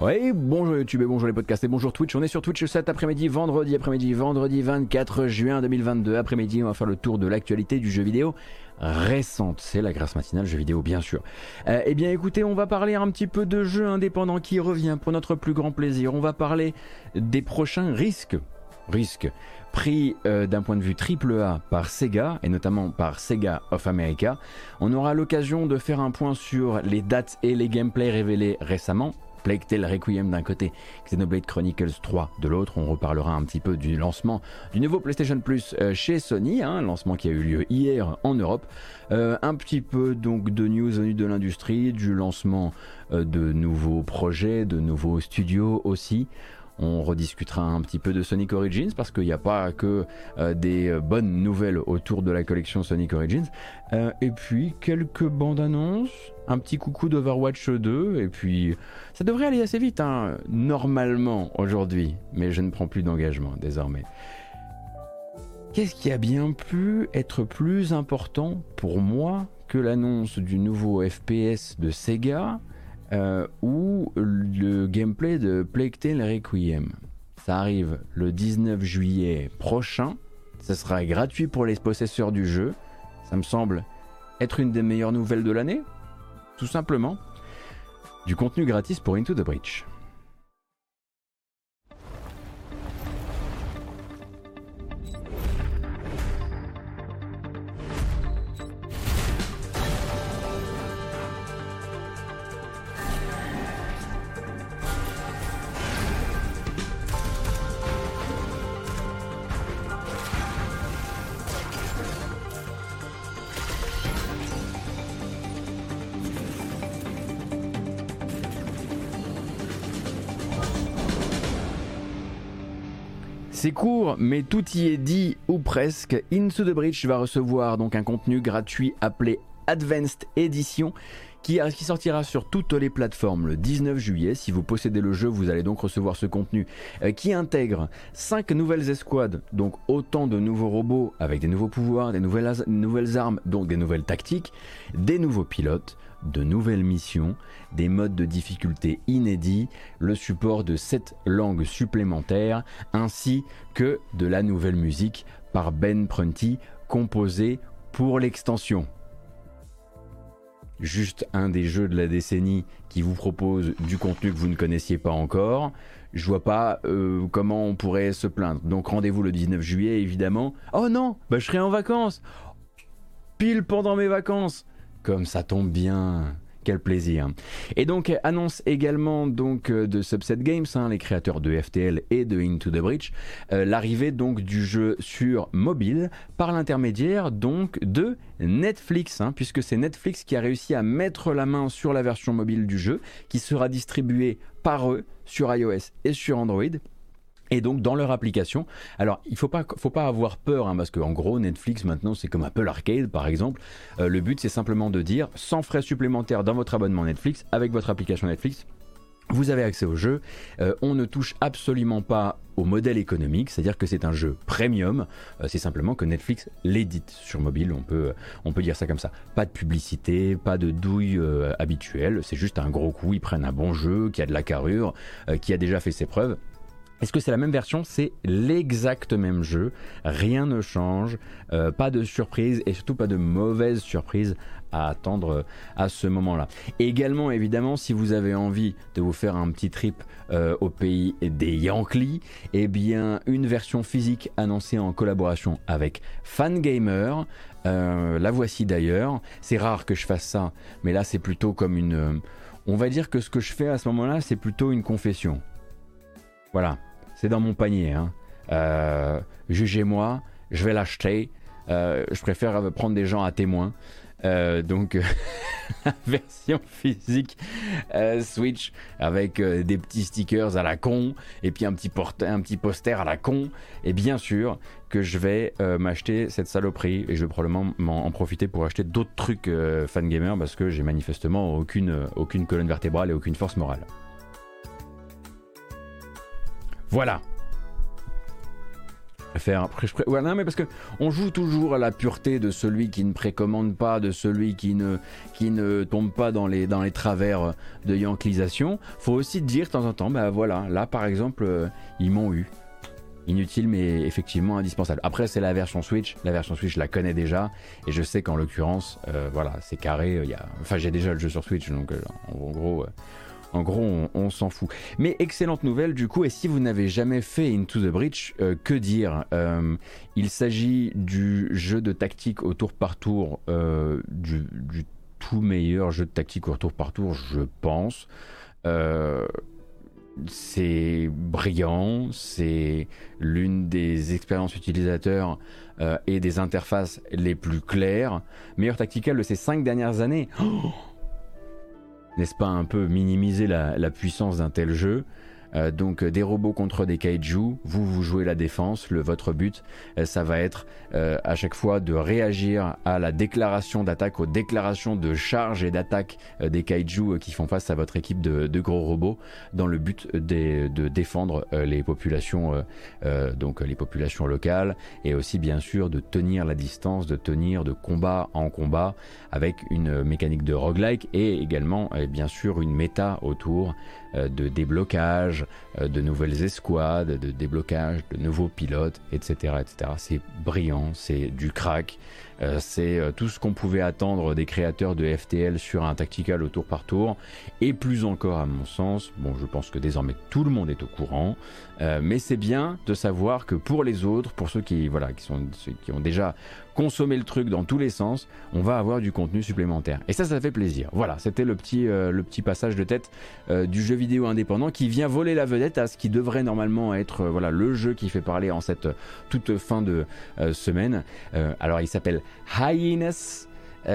Oui, bonjour YouTube et bonjour les podcasts et bonjour Twitch. On est sur Twitch cet après-midi, vendredi 24 juin 2022. Après-midi, on va faire le tour de l'actualité du jeu vidéo récente. C'est la Grasse matinale jeu vidéo, bien sûr. Eh bien, écoutez, on va parler un petit peu de jeux indépendants qui revient pour notre plus grand plaisir. On va parler des prochains risques pris d'un point de vue AAA par Sega et notamment par Sega of America. On aura l'occasion de faire un point sur les dates et les gameplays révélés récemment. Plague Tale Requiem d'un côté, Xenoblade Chronicles 3 de l'autre. On reparlera un petit peu du lancement du nouveau PlayStation Plus chez Sony, lancement qui a eu lieu hier en Europe. Un petit peu donc de news venues de l'industrie, du lancement de nouveaux projets, de nouveaux studios aussi. On rediscutera un petit peu de Sonic Origins parce qu'il n'y a pas que des bonnes nouvelles autour de la collection Sonic Origins. Et puis quelques bandes annonces, un petit coucou d'Overwatch 2 et puis ça devrait aller assez vite normalement aujourd'hui. Mais je ne prends plus d'engagement désormais. Qu'est-ce qui a bien pu être plus important pour moi que l'annonce du nouveau FPS de Sega ou le gameplay de Plague Tale Requiem? Ça arrive le 19 juillet prochain, ça sera gratuit pour les possesseurs du jeu, ça me semble être une des meilleures nouvelles de l'année, tout simplement. Du contenu gratis pour Into the Breach. C'est court, mais tout y est dit, ou presque. Into the Breach va recevoir donc un contenu gratuit appelé Advanced Edition qui sortira sur toutes les plateformes le 19 juillet. Si vous possédez le jeu, vous allez donc recevoir ce contenu qui intègre 5 nouvelles escouades, donc autant de nouveaux robots avec des nouveaux pouvoirs, des nouvelles armes, donc des nouvelles tactiques, des nouveaux pilotes, de nouvelles missions, des modes de difficulté inédits, le support de 7 langues supplémentaires, ainsi que de la nouvelle musique par Ben Prunty, composée pour l'extension. Juste un des jeux de la décennie qui vous propose du contenu que vous ne connaissiez pas encore. Je vois pas comment on pourrait se plaindre. Donc rendez-vous le 19 juillet évidemment. Oh non, je serai en vacances. Pile pendant mes vacances. Comme ça tombe bien. Quel plaisir. Et donc annonce également donc de Subset Games, les créateurs de FTL et de Into the Breach, l'arrivée donc du jeu sur mobile par l'intermédiaire donc de Netflix, puisque c'est Netflix qui a réussi à mettre la main sur la version mobile du jeu, qui sera distribuée par eux sur iOS et sur Android. Et donc dans leur application, alors il faut pas avoir peur parce qu'en gros Netflix maintenant c'est comme Apple Arcade par exemple, le but c'est simplement de dire sans frais supplémentaires dans votre abonnement Netflix, avec votre application Netflix, vous avez accès au jeu, on ne touche absolument pas au modèle économique, c'est-à-dire que c'est un jeu premium, c'est simplement que Netflix l'édite sur mobile, on peut dire ça comme ça. Pas de publicité, pas de douille habituelle, c'est juste un gros coup, ils prennent un bon jeu, qui a de la carrure, qui a déjà fait ses preuves. Est-ce que c'est la même version? C'est l'exact même jeu, rien ne change, pas de surprise et surtout pas de mauvaise surprise à attendre à ce moment-là. Et également évidemment si vous avez envie de vous faire un petit trip au pays des Yankees, eh bien une version physique annoncée en collaboration avec Fangamer, la voici d'ailleurs. C'est rare que je fasse ça, mais là c'est plutôt comme une... on va dire que ce que je fais à ce moment-là c'est plutôt une confession. Voilà, c'est dans mon panier. Jugez-moi, je vais l'acheter. Je préfère prendre des gens à témoin. Donc, la version physique Switch avec des petits stickers à la con et puis un petit poster à la con. Et bien sûr que je vais m'acheter cette saloperie et je vais probablement en profiter pour acheter d'autres trucs Fangamer parce que j'ai manifestement aucune colonne vertébrale et aucune force morale. Voilà. Ouais, non, mais parce que on joue toujours à la pureté de celui qui ne précommande pas, de celui qui ne tombe pas dans les travers de yanklisation. Faut aussi dire de temps en temps, bah voilà, là par exemple, ils m'ont eu. Inutile mais effectivement indispensable. Après c'est la version Switch je la connais déjà et je sais qu'en l'occurrence, voilà, c'est carré. Enfin j'ai déjà le jeu sur Switch donc en gros, on s'en fout. Mais excellente nouvelle du coup, et si vous n'avez jamais fait Into the Breach, que dire il s'agit du jeu de tactique au tour par tour, du tout meilleur jeu de tactique au tour par tour, je pense. C'est brillant, c'est l'une des expériences utilisateurs et des interfaces les plus claires. Meilleur tactical de ces 5 dernières années. Oh, n'est-ce pas un peu minimiser la puissance d'un tel jeu? Donc des robots contre des kaiju, vous jouez la défense, votre but ça va être à chaque fois de réagir à la déclaration d'attaque, aux déclarations de charge et d'attaque des kaiju qui font face à votre équipe de gros robots dans le but de défendre les populations, donc les populations locales, et aussi bien sûr de tenir la distance, de tenir de combat en combat avec une mécanique de roguelike et également bien sûr une méta autour de déblocage, de nouvelles escouades, de déblocage, de nouveaux pilotes, etc. etc. C'est brillant, c'est du crack, c'est tout ce qu'on pouvait attendre des créateurs de FTL sur un tactical au tour par tour, et plus encore à mon sens. Bon, je pense que désormais tout le monde est au courant, mais c'est bien de savoir que pour les autres, pour ceux qui ont déjà consommé le truc dans tous les sens, on va avoir du contenu supplémentaire. Et ça fait plaisir. Voilà, c'était le petit passage de tête du jeu vidéo indépendant qui vient voler la vedette à ce qui devrait normalement être voilà, le jeu qui fait parler en cette toute fin de semaine. Alors il s'appelle Hyenas.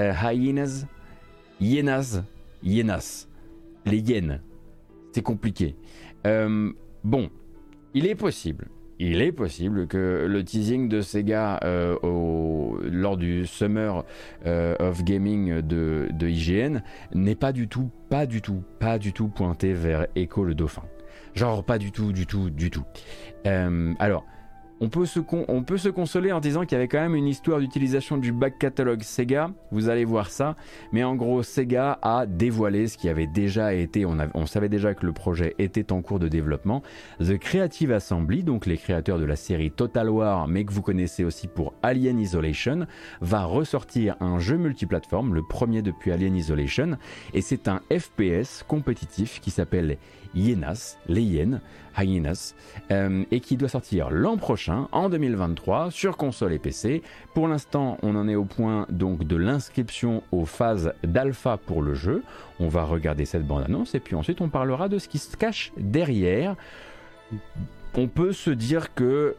Les hyènes. C'est compliqué. Bon, il est possible que le teasing de Sega lors du Summer of Gaming de IGN n'ait pas du tout pointé vers Echo le Dauphin. Genre pas du tout. Alors, on peut se consoler en disant qu'il y avait quand même une histoire d'utilisation du back catalogue Sega, vous allez voir ça, mais en gros Sega a dévoilé ce qui avait déjà été, on savait déjà que le projet était en cours de développement. The Creative Assembly, donc les créateurs de la série Total War, mais que vous connaissez aussi pour Alien Isolation, va ressortir un jeu multiplateforme, le premier depuis Alien Isolation, et c'est un FPS compétitif qui s'appelle Hyenas, les hyènes, Hyenas, et qui doit sortir l'an prochain, en 2023, sur console et PC. Pour l'instant, on en est au point donc de l'inscription aux phases d'alpha pour le jeu. On va regarder cette bande-annonce et puis ensuite on parlera de ce qui se cache derrière. On peut se dire que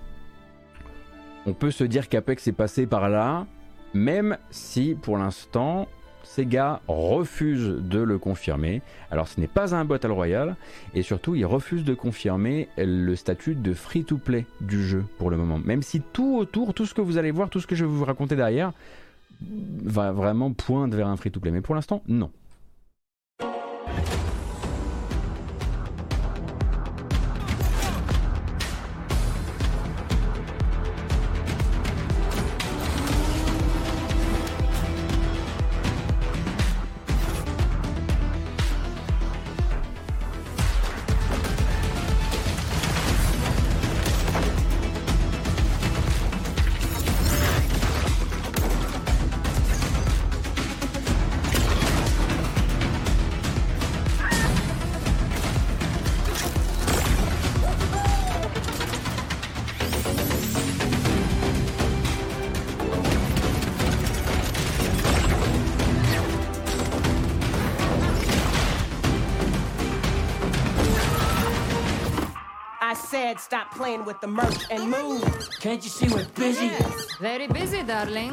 qu'Apex est passé par là, même si pour l'instant Sega refuse de le confirmer. Alors ce n'est pas un Battle Royale, et surtout il refuse de confirmer le statut de free-to-play du jeu pour le moment. Même si tout autour, tout ce que vous allez voir, tout ce que je vais vous raconter derrière, va vraiment poindre vers un free-to-play. Mais pour l'instant, non. Stop playing with the merch and move. Can't you see we're busy? Yes, very busy, darling.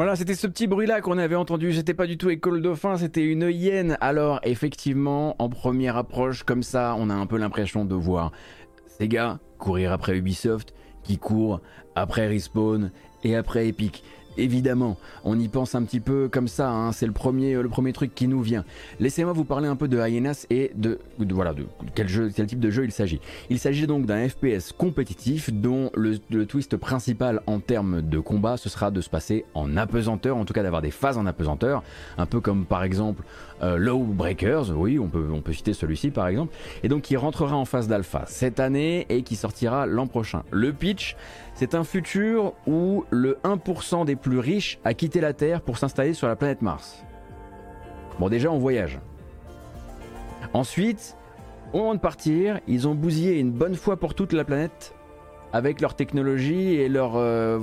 Voilà, c'était ce petit bruit-là qu'on avait entendu. C'était pas du tout Écho le Dauphin, c'était une hyène. Alors, effectivement, en première approche, comme ça, on a un peu l'impression de voir Sega courir après Ubisoft, qui court après Respawn et après Epic. Évidemment, on y pense un petit peu comme ça, hein, c'est le premier truc qui nous vient. Laissez-moi vous parler un peu de Hyenas et de quel type de jeu il s'agit. Il s'agit donc d'un FPS compétitif dont le twist principal en termes de combat, ce sera de se passer en apesanteur, en tout cas d'avoir des phases en apesanteur, un peu comme par exemple Lawbreakers, oui, on peut citer celui-ci par exemple, et donc qui rentrera en phase d'alpha cette année et qui sortira l'an prochain. Le pitch, c'est un futur où le 1% des plus riches a quitté la Terre pour s'installer sur la planète Mars. Bon, déjà, on voyage. Ensuite, au moment de partir, ils ont bousillé une bonne fois pour toute la planète avec leur technologie et leur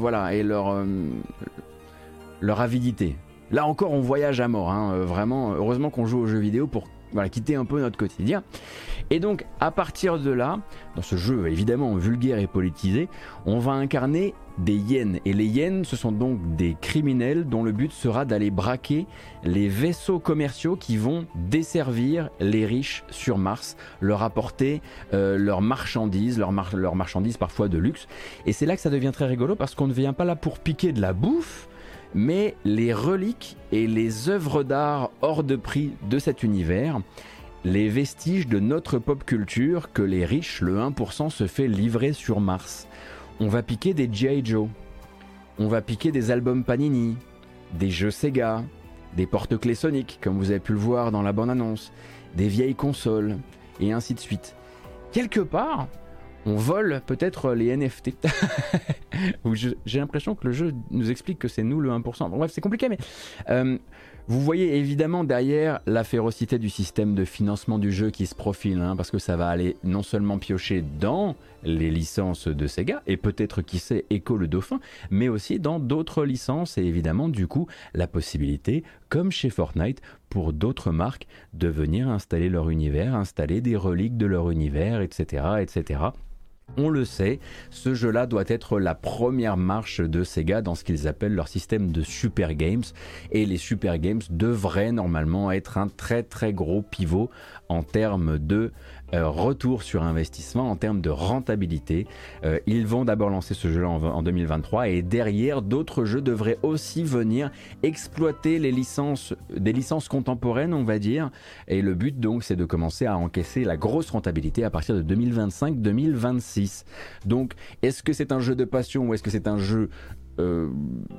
avidité. Là encore, on voyage à mort, hein, vraiment. Heureusement qu'on joue aux jeux vidéo pour quitter un peu notre quotidien. Et donc, à partir de là, dans ce jeu évidemment vulgaire et politisé, on va incarner des hyènes. Et les hyènes, ce sont donc des criminels dont le but sera d'aller braquer les vaisseaux commerciaux qui vont desservir les riches sur Mars, leur apporter leurs marchandises, leurs marchandises parfois de luxe. Et c'est là que ça devient très rigolo parce qu'on ne vient pas là pour piquer de la bouffe, mais les reliques et les œuvres d'art hors de prix de cet univers, les vestiges de notre pop culture que les riches, le 1%, se fait livrer sur Mars. On va piquer des G.I. Joe, on va piquer des albums Panini, des jeux Sega, des porte-clés Sonic, comme vous avez pu le voir dans la bande-annonce, des vieilles consoles, et ainsi de suite. Quelque part, on vole peut-être les NFT. J'ai l'impression que le jeu nous explique que c'est nous le 1%. Bon, bref, c'est compliqué, mais vous voyez évidemment derrière la férocité du système de financement du jeu qui se profile, hein, parce que ça va aller non seulement piocher dans les licences de Sega, et peut-être qui sait Écho le Dauphin, mais aussi dans d'autres licences, et évidemment du coup la possibilité, comme chez Fortnite, pour d'autres marques de venir installer leur univers, installer des reliques de leur univers, etc. etc. On le sait, ce jeu-là doit être la première marche de Sega dans ce qu'ils appellent leur système de Super Games. Et les Super Games devraient normalement être un très très gros pivot en termes de retour sur investissement, en termes de rentabilité. Ils vont d'abord lancer ce jeu-là en 2023 et derrière, d'autres jeux devraient aussi venir exploiter des licences contemporaines, on va dire. Et le but donc, c'est de commencer à encaisser la grosse rentabilité à partir de 2025-2026. Donc, est-ce que c'est un jeu de passion ou est-ce que c'est un jeu un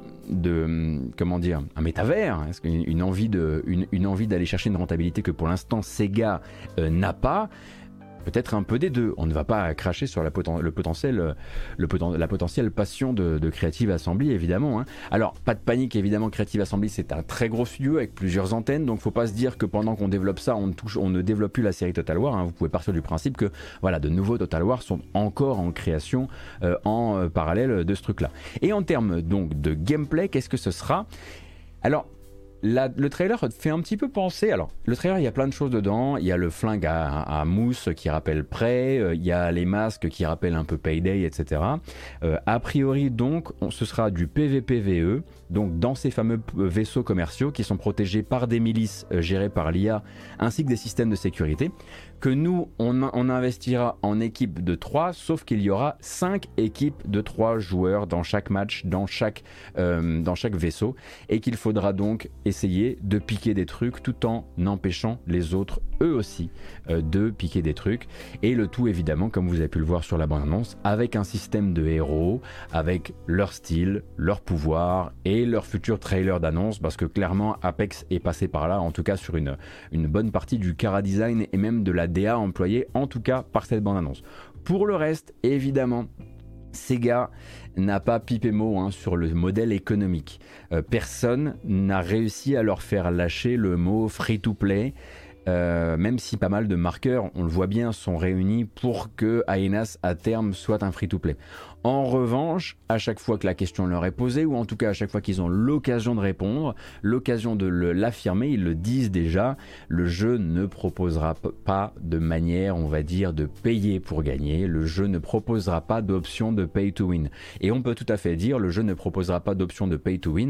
métavers, est-ce qu'une envie d'aller chercher une rentabilité que pour l'instant Sega n'a pas? Peut-être un peu des deux. On ne va pas cracher sur la potentielle passion de Creative Assembly, évidemment, hein. Alors, pas de panique, évidemment, Creative Assembly, c'est un très gros studio avec plusieurs antennes, donc faut pas se dire que pendant qu'on développe ça, on ne développe plus la série Total War, hein. Vous pouvez partir du principe que de nouveaux Total War sont encore en création en parallèle de ce truc-là. Et en termes donc de gameplay, qu'est-ce que ce sera? Alors, le trailer fait un petit peu penser, alors le trailer il y a plein de choses dedans, il y a le flingue à mousse qui rappelle Prey, il y a les masques qui rappellent un peu Payday, etc. A priori donc ce sera du PVPVE, donc dans ces fameux vaisseaux commerciaux qui sont protégés par des milices gérées par l'IA ainsi que des systèmes de sécurité, que nous on investira en équipe de 3, sauf qu'il y aura 5 équipes de 3 joueurs dans chaque match, dans chaque vaisseau, et qu'il faudra donc essayer de piquer des trucs tout en empêchant les autres eux aussi de piquer des trucs, et le tout évidemment comme vous avez pu le voir sur la bande-annonce avec un système de héros, avec leur style, leur pouvoir et leur futur trailer d'annonce, parce que clairement Apex est passé par là, en tout cas sur une bonne partie du chara design et même de la DA employée, en tout cas par cette bande-annonce. Pour le reste, évidemment, Sega n'a pas pipé mot sur le modèle économique. Personne n'a réussi à leur faire lâcher le mot free-to-play, même si pas mal de marqueurs, on le voit bien, sont réunis pour que Hyenas à terme soit un free-to-play. En revanche, à chaque fois que la question leur est posée, ou en tout cas à chaque fois qu'ils ont l'occasion de répondre, l'occasion de l'affirmer, ils le disent déjà, le jeu ne proposera pas de manière, on va dire, de payer pour gagner, le jeu ne proposera pas d'option de pay to win. Et on peut tout à fait dire, le jeu ne proposera pas d'option de pay to win,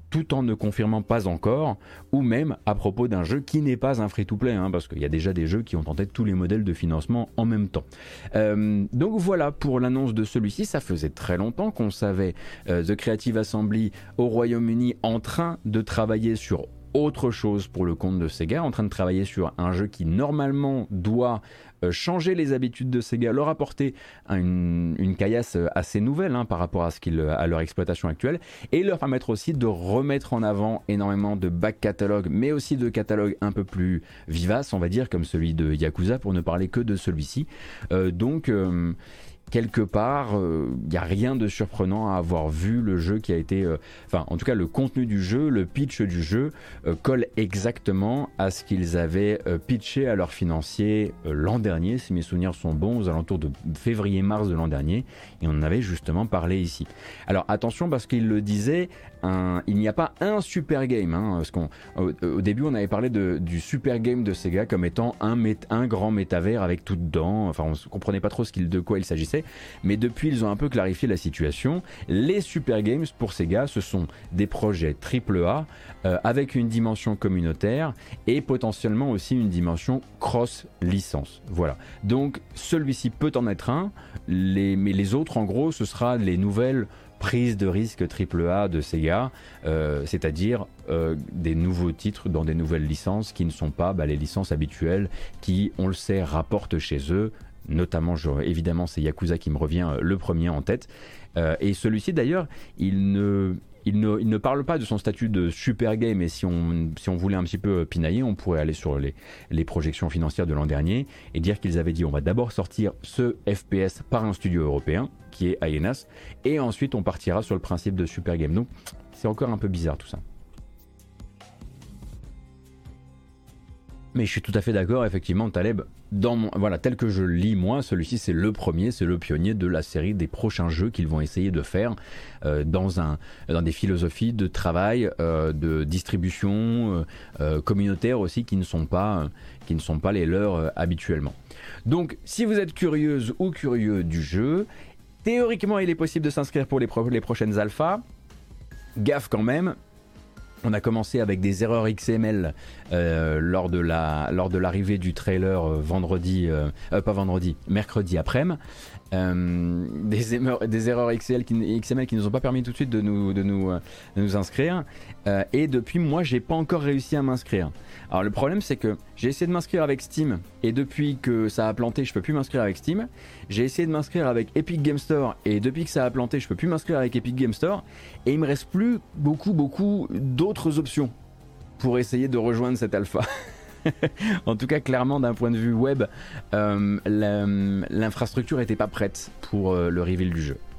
tout en ne confirmant pas encore, ou même à propos d'un jeu qui n'est pas un free-to-play, hein, parce qu'il y a déjà des jeux qui ont tenté tous les modèles de financement en même temps. Donc voilà pour l'annonce de celui-ci. Ça faisait très longtemps qu'on savait The Creative Assembly au Royaume-Uni en train de travailler sur autre chose pour le compte de Sega, en train de travailler sur un jeu qui normalement doit changer les habitudes de Sega, leur apporter une caillasse assez nouvelle hein, par rapport à leur exploitation actuelle, et leur permettre aussi de remettre en avant énormément de back catalogue, mais aussi de catalogues un peu plus vivaces, on va dire, comme celui de Yakuza, pour ne parler que de celui-ci. Donc quelque part, il n'y a rien de surprenant à avoir vu le jeu qui a été... Enfin, en tout cas, le contenu du jeu, le pitch du jeu, colle exactement à ce qu'ils avaient pitché à leurs financiers l'an dernier, si mes souvenirs sont bons, aux alentours de février-mars de l'an dernier, et on en avait justement parlé ici. Alors attention, parce qu'il le disait, il n'y a pas un super game, hein, parce qu'au début on avait parlé du super game de Sega comme étant un grand métavers avec tout dedans, enfin on ne comprenait pas trop de quoi il s'agissait, mais depuis ils ont un peu clarifié la situation. Les super games pour Sega, ce sont des projets AAA avec une dimension communautaire et potentiellement aussi une dimension cross-licence. Voilà, donc celui-ci peut en être un, mais les autres en gros ce sera les nouvelles prise de risque AAA de Sega, c'est-à-dire des nouveaux titres dans des nouvelles licences qui ne sont pas les licences habituelles qui, on le sait, rapportent chez eux. Notamment, évidemment, c'est Yakuza qui me revient le premier en tête. Et celui-ci, d'ailleurs, il ne parle pas de son statut de super game, et si on voulait un petit peu pinailler, on pourrait aller sur les projections financières de l'an dernier et dire qu'ils avaient dit on va d'abord sortir ce FPS par un studio européen, qui est Aenas, et ensuite on partira sur le principe de super game. Donc c'est encore un peu bizarre tout ça. Mais je suis tout à fait d'accord, effectivement, Taleb, tel que je le lis moi, celui-ci c'est le premier, c'est le pionnier de la série des prochains jeux qu'ils vont essayer de faire dans des philosophies de travail, de distribution communautaire aussi qui ne sont pas les leurs habituellement. Donc si vous êtes curieuse ou curieux du jeu, théoriquement il est possible de s'inscrire pour les prochaines alphas. Gaffe quand même. On a commencé avec des erreurs XML lors de l'arrivée du trailer mercredi après-midi. Des erreurs XML qui nous ont pas permis tout de suite de nous inscrire. Et depuis, moi, j'ai pas encore réussi à m'inscrire. Alors le problème, c'est que j'ai essayé de m'inscrire avec Steam, et depuis que ça a planté, je peux plus m'inscrire avec Steam. J'ai essayé de m'inscrire avec Epic Game Store, et depuis que ça a planté, je peux plus m'inscrire avec Epic Game Store. Et il me reste plus beaucoup d'autres options pour essayer de rejoindre cette alpha. En tout cas, clairement, d'un point de vue web, l'infrastructure n'était pas prête pour le reveal du jeu.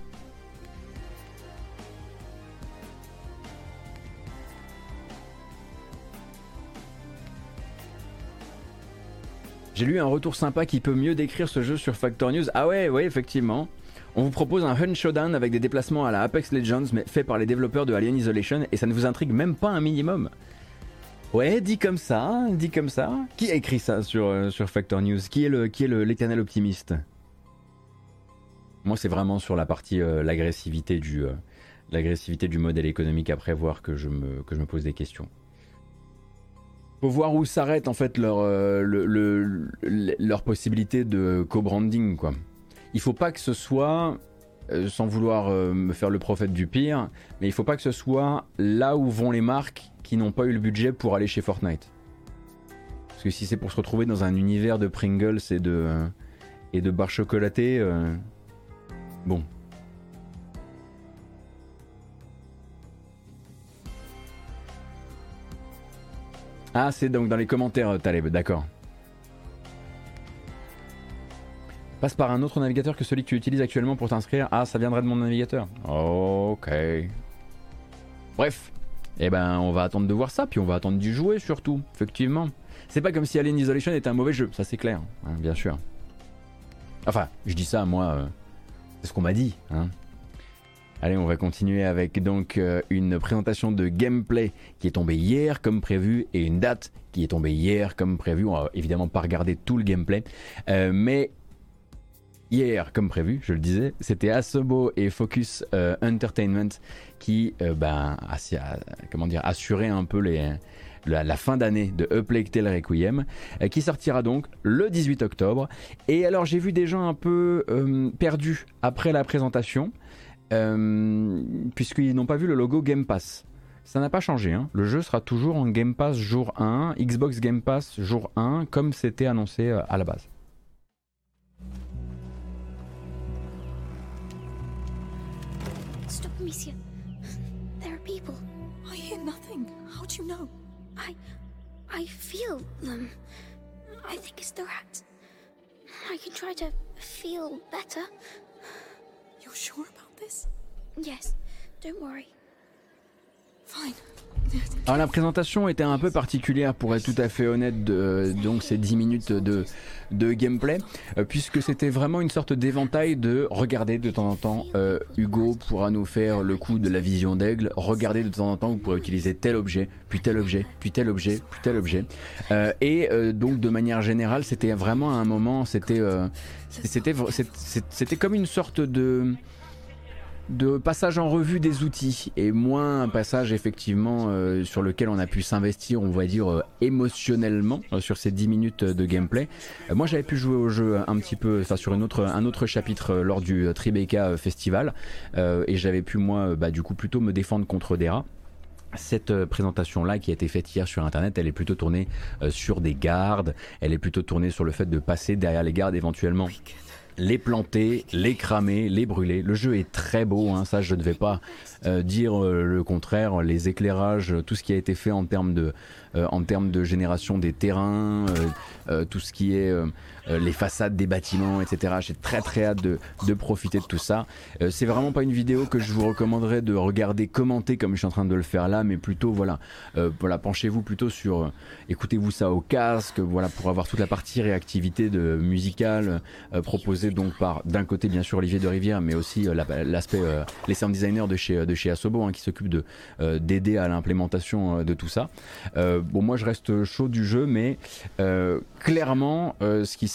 J'ai lu un retour sympa qui peut mieux décrire ce jeu sur Factor News. Ah ouais, effectivement. On vous propose un Hunt Showdown avec des déplacements à la Apex Legends, mais fait par les développeurs de Alien Isolation, et ça ne vous intrigue même pas un minimum. Ouais, dit comme ça. Qui a écrit ça sur Factor News? Qui est l'éternel optimiste? Moi, c'est vraiment sur la partie l'agressivité du modèle économique à prévoir que je me pose des questions. Faut voir où s'arrête en fait leur possibilité de co-branding, quoi. Il faut pas que ce soit, sans vouloir me faire le prophète du pire, mais il faut pas que ce soit là où vont les marques qui n'ont pas eu le budget pour aller chez Fortnite. Parce que si c'est pour se retrouver dans un univers de Pringles et de barres chocolatées, bon. Ah, c'est donc dans les commentaires, Taleb, d'accord. Passe par un autre navigateur que celui que tu utilises actuellement pour t'inscrire. Ah, ça viendrait de mon navigateur. Ok. Bref. Eh ben, on va attendre de voir ça, puis on va attendre d'y jouer surtout, effectivement. C'est pas comme si Alien Isolation était un mauvais jeu, ça c'est clair, hein, bien sûr. Enfin, je dis ça, moi, c'est ce qu'on m'a dit, hein. Allez, on va continuer avec donc une présentation de gameplay qui est tombée hier comme prévu, et une date qui est tombée hier comme prévu. On va évidemment pas regarder tout le gameplay, mais hier, comme prévu, je le disais, c'était Asobo et Focus Entertainment qui assuraient un peu la fin d'année de A Plague Tale Requiem, qui sortira donc le 18 octobre. Et alors j'ai vu des gens un peu perdus après la présentation, puisqu'ils n'ont pas vu le logo Game Pass. Ça n'a pas changé, hein. Le jeu sera toujours en Game Pass jour 1, Xbox Game Pass jour 1, comme c'était annoncé à la base. Stop, Amicia. There are people. I hear nothing. How do you know? I feel them. I think it's the rats. I can try to feel better. You're sure about this? Yes, don't worry. Fine. Alors la présentation était un peu particulière pour être tout à fait honnête, donc ces 10 minutes de gameplay, puisque c'était vraiment une sorte d'éventail de regarder de temps en temps, Hugo pourra nous faire le coup de la vision d'aigle, regardez de temps en temps vous pourrez utiliser tel objet, puis tel objet, puis tel objet, puis tel objet, donc de manière générale c'était vraiment un moment, c'était comme une sorte de passage en revue des outils et moins un passage effectivement sur lequel on a pu s'investir, on va dire émotionnellement sur ces 10 minutes de gameplay. Moi j'avais pu jouer au jeu un petit peu, enfin sur un autre chapitre lors du Tribeca Festival, et j'avais pu moi du coup plutôt me défendre contre des rats. Cette présentation là qui a été faite hier sur internet, elle est plutôt tournée sur des gardes, elle est plutôt tournée sur le fait de passer derrière les gardes éventuellement, les planter, les cramer, les brûler. Le jeu est très beau, hein, ça je ne vais pas dire le contraire. Les éclairages, tout ce qui a été fait en termes de génération des terrains, tout ce qui est les façades des bâtiments, etc. J'ai très très hâte de profiter de tout ça. C'est vraiment pas une vidéo que je vous recommanderais de regarder commenter comme je suis en train de le faire là, mais plutôt voilà, penchez-vous plutôt sur, écoutez-vous ça au casque, voilà, pour avoir toute la partie réactivité musicale proposée donc par d'un côté bien sûr Olivier de Rivière, mais aussi l'aspect les sound designers de chez Asobo, hein, qui s'occupent d'aider à l'implémentation de tout ça. Bon, moi je reste chaud du jeu, mais clairement ce qui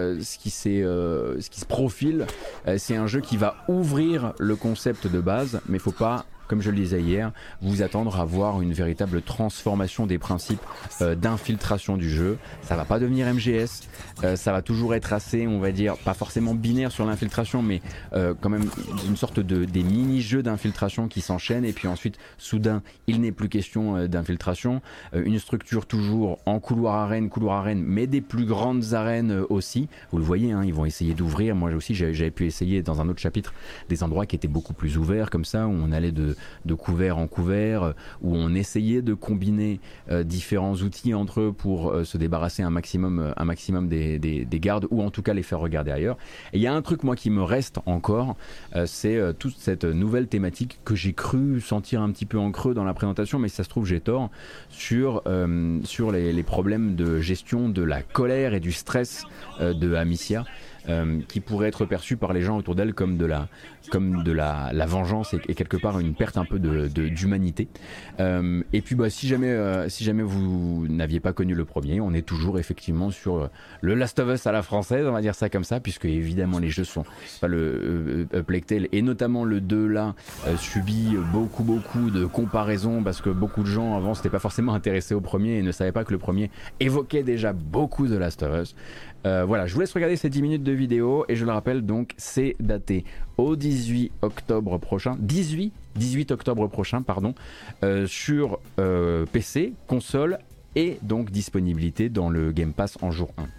se profile, c'est un jeu qui va ouvrir le concept de base, mais faut pas, comme je le disais hier, vous attendre à voir une véritable transformation des principes d'infiltration du jeu. Ça va pas devenir MGS, ça va toujours être assez, on va dire, pas forcément binaire sur l'infiltration, mais quand même une sorte des mini-jeux d'infiltration qui s'enchaînent, et puis ensuite, soudain, il n'est plus question d'infiltration. Une structure toujours en couloir-arène, mais des plus grandes arènes aussi. Vous le voyez, hein, ils vont essayer d'ouvrir. Moi aussi, j'avais pu essayer dans un autre chapitre des endroits qui étaient beaucoup plus ouverts, comme ça, où on allait de couvert en couvert, où on essayait de combiner différents outils entre eux pour se débarrasser un maximum des gardes, ou en tout cas les faire regarder ailleurs. Et il y a un truc moi qui me reste encore, c'est toute cette nouvelle thématique que j'ai cru sentir un petit peu en creux dans la présentation, mais si ça se trouve j'ai tort, sur les problèmes de gestion de la colère et du stress de Amicia, qui pourrait être perçue par les gens autour d'elle comme de la vengeance et quelque part une perte un peu d'humanité. Et puis si jamais vous n'aviez pas connu le premier, on est toujours effectivement sur le Last of Us à la française, on va dire ça comme ça, puisque évidemment les jeux sont, le Plague Tale et notamment le 2 là subit beaucoup de comparaisons, parce que beaucoup de gens avant s'étaient pas forcément intéressés au premier et ne savaient pas que le premier évoquait déjà beaucoup de Last of Us. Voilà, je vous laisse regarder ces 10 minutes de vidéo, et je le rappelle donc, c'est daté au 18 octobre prochain, 18 octobre prochain, pardon, sur PC, console, et donc disponibilité dans le Game Pass en jour 1.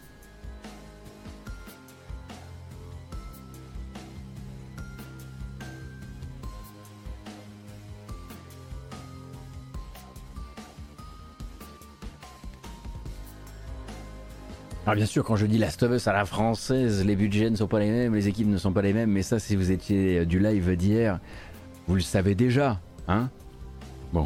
Alors bien sûr, quand je dis Last of Us à la française, les budgets ne sont pas les mêmes, les équipes ne sont pas les mêmes, mais ça, si vous étiez du live d'hier, vous le savez déjà, hein? Bon.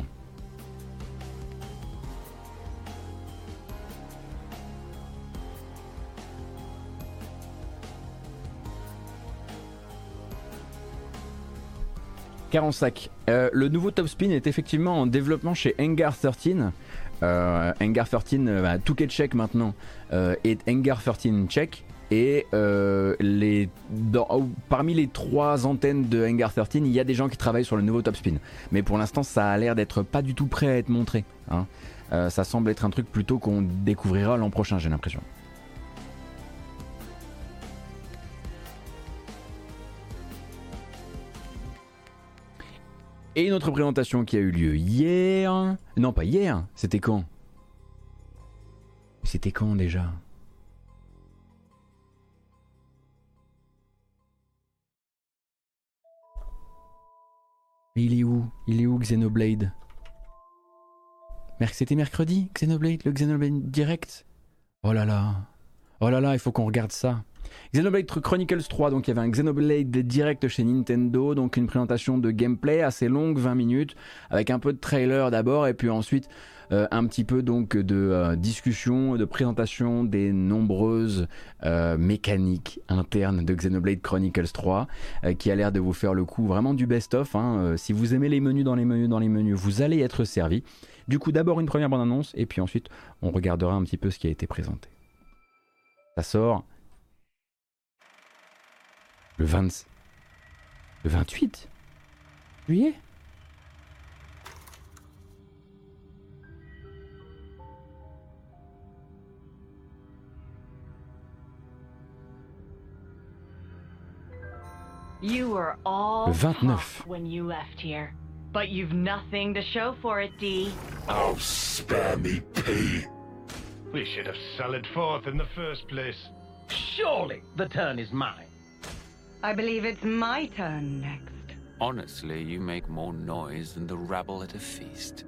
Carensac. Le nouveau Top Spin est effectivement en développement chez Hangar 13. Hangar 13, Touquet Check maintenant, et Hangar 13 Check. Et parmi les 3 antennes de Hangar 13, il y a des gens qui travaillent sur le nouveau Top Spin. Mais pour l'instant, ça a l'air d'être pas du tout prêt à être montré. Hein. Ça semble être un truc plutôt qu'on découvrira l'an prochain, j'ai l'impression. Et une autre présentation qui a eu lieu hier... Non, pas hier, c'était quand? C'était quand déjà? Mais il est où? Il est où Xenoblade? C'était mercredi, Xenoblade, le Xenoblade Direct? Oh là là, il faut qu'on regarde ça. Xenoblade Chronicles 3, donc il y avait un Xenoblade Direct chez Nintendo, donc une présentation de gameplay assez longue, 20 minutes, avec un peu de trailer d'abord, et puis ensuite un petit peu donc de discussion, de présentation des nombreuses mécaniques internes de Xenoblade Chronicles 3, qui a l'air de vous faire le coup vraiment du best-of. Hein. Si vous aimez les menus dans les menus, vous allez être servi. Du coup, d'abord une première bande-annonce, et puis ensuite on regardera un petit peu ce qui a été présenté. Ça sort le 28 juillet. You were all Le 29. talk when you left here, but you've nothing to show for it, Dee. Oh, spare me, P. We should have sallied forth in the first place. Surely the turn is mine. I believe it's my turn next. Honestly, you make more noise than the rabble at a feast.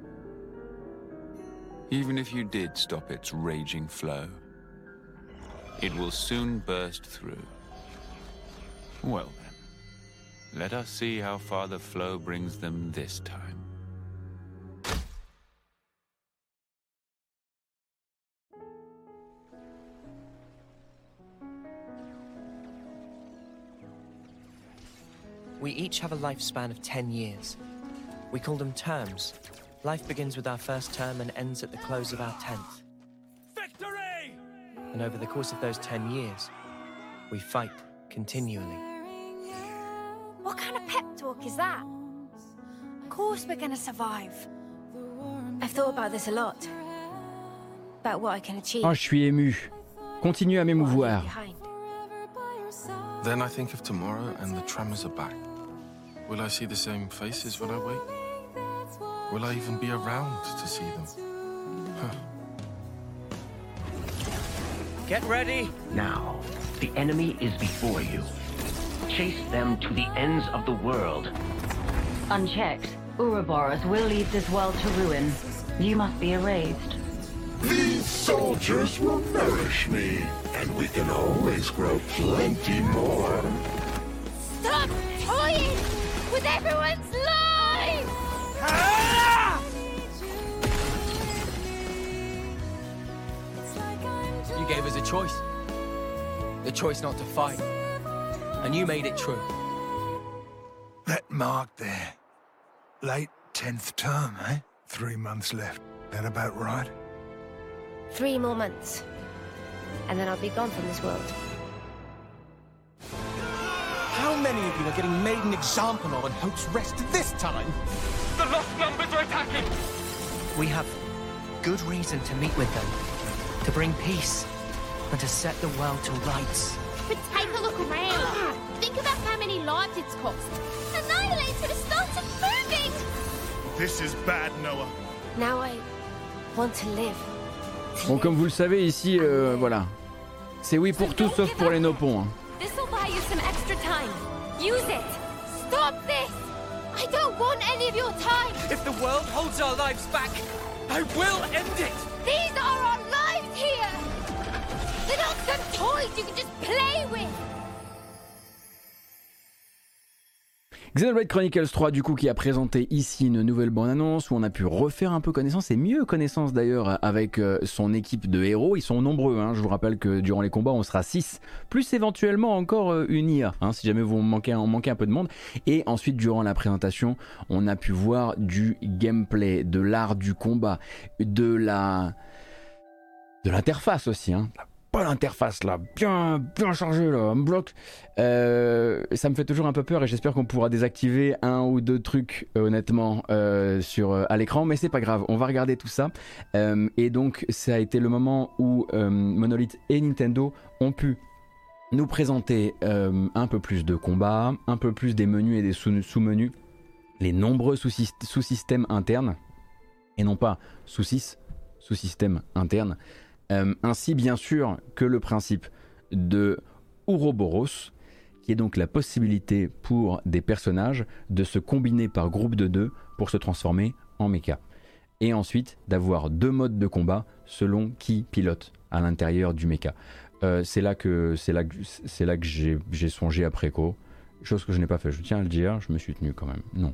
Even if you did stop its raging flow, it will soon burst through. Well then, let us see how far the flow brings them this time. We each have a lifespan of 10 years. We call them terms. Life begins with our first term and ends at the close of our 10th. Victory! And over the course of those 10 years, we fight continually. What kind of pep talk is that? Of course we're gonna survive. I've thought about this a lot. About what I can achieve. Oh, je suis ému. Continue à m'émouvoir. Then I think of tomorrow and the tremors are back. Will I see the same faces when I wake? Will I even be around to see them? Get ready! Now, the enemy is before you. Chase them to the ends of the world. Unchecked, Ouroboros will lead this world to ruin. You must be erased. These soldiers will nourish me, and we can always grow plenty more. Stop toying with everyone's lives! You gave us a choice. The choice not to fight. And you made it true. That mark there. Late 10th term, eh? 3 months left. That about right? 3 more months. And then I'll be gone from this world. How many of you are getting made an example of on Hope's Rest this time? The lost numbers are attacking! We have good reason to meet with them. To bring peace. And to set the world to rights. But take a look around. Think about how many lives it's cost. Annihilator has started moving! This is bad, Noah. Now I want to live. Bon, comme vous le savez ici, voilà. C'est oui pour tout sauf pour les nopons. Hein. This'll buy you some extra time. Use it. Stop this. I don't want any of your time. If the world holds our lives back, I will end it! These are our lives here. They're not some toys you can just play with. Xenoblade Chronicles 3 du coup qui a présenté ici une nouvelle bande-annonce où on a pu refaire un peu connaissance et mieux connaissance d'ailleurs avec son équipe de héros. Ils sont nombreux, hein. Je vous rappelle que durant les combats on sera 6, plus éventuellement encore une IA, hein, si jamais vous manquez un peu de monde. Et ensuite durant la présentation on a pu voir du gameplay, de l'art du combat, de l'interface aussi, hein. pas l'interface là, bien chargé là, un bloc. Ça me fait toujours un peu peur et j'espère qu'on pourra désactiver un ou deux trucs honnêtement à l'écran, mais c'est pas grave, on va regarder tout ça. Et donc ça a été le moment où Monolith et Nintendo ont pu nous présenter un peu plus de combats, un peu plus des menus et des sous-menus, les nombreux sous-systèmes internes, et non pas sous-systèmes internes, ainsi bien sûr que le principe de Ouroboros, qui est donc la possibilité pour des personnages de se combiner par groupe de 2 pour se transformer en mecha. Et ensuite d'avoir 2 modes de combat selon qui pilote à l'intérieur du mecha. C'est là que j'ai songé après coup, chose que je n'ai pas fait, je tiens à le dire, je me suis tenu quand même, non.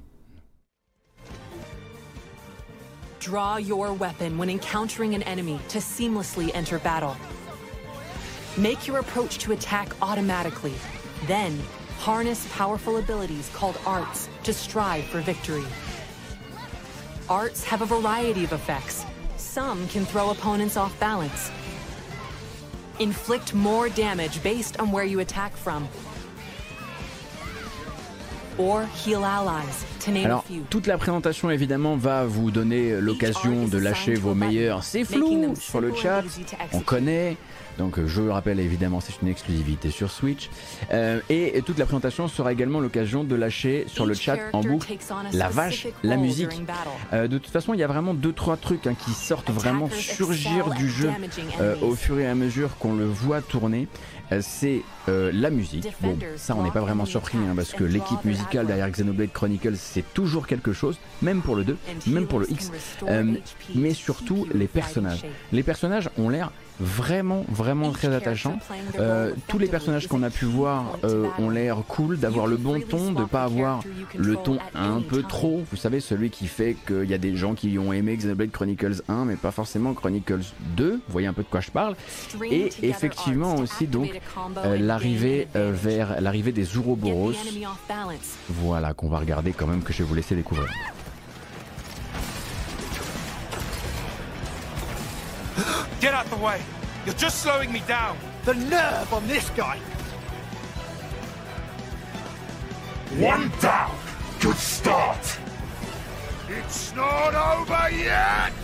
Draw your weapon when encountering an enemy to seamlessly enter battle. Make your approach to attack automatically. Then, harness powerful abilities called arts to strive for victory. Arts have a variety of effects. Some can throw opponents off balance. Inflict more damage based on where you attack from. Or heal allies, to name a few. Toute la présentation évidemment va vous donner l'occasion de lâcher vos meilleurs. C'est flou sur le chat, on connaît. Donc je le rappelle évidemment, c'est une exclusivité sur Switch. Et toute la présentation sera également l'occasion de lâcher sur le chat en boucle la vache, la musique. De toute façon, il y a vraiment 2-3 trucs qui sortent vraiment surgir du jeu au fur et à mesure qu'on le voit tourner. C'est la musique. Bon, ça on n'est pas vraiment surpris parce que l'équipe musicale derrière Xenoblade Chronicles c'est toujours quelque chose, même pour le 2, même pour le X. Mais surtout les personnages. Les personnages ont l'air vraiment très attachants. Tous les personnages qu'on a pu voir ont l'air cool, d'avoir le bon ton, de pas avoir le ton un peu trop, vous savez, celui qui fait qu'il y a des gens qui ont aimé Xenoblade Chronicles 1 mais pas forcément Chronicles 2, vous voyez un peu de quoi je parle. Et effectivement aussi donc l'arrivée des Ouroboros, voilà, qu'on va regarder quand même, que je vais vous laisser découvrir. Get out the way! You're just slowing me down! The nerve on this guy! One down! Good start! It's not over yet!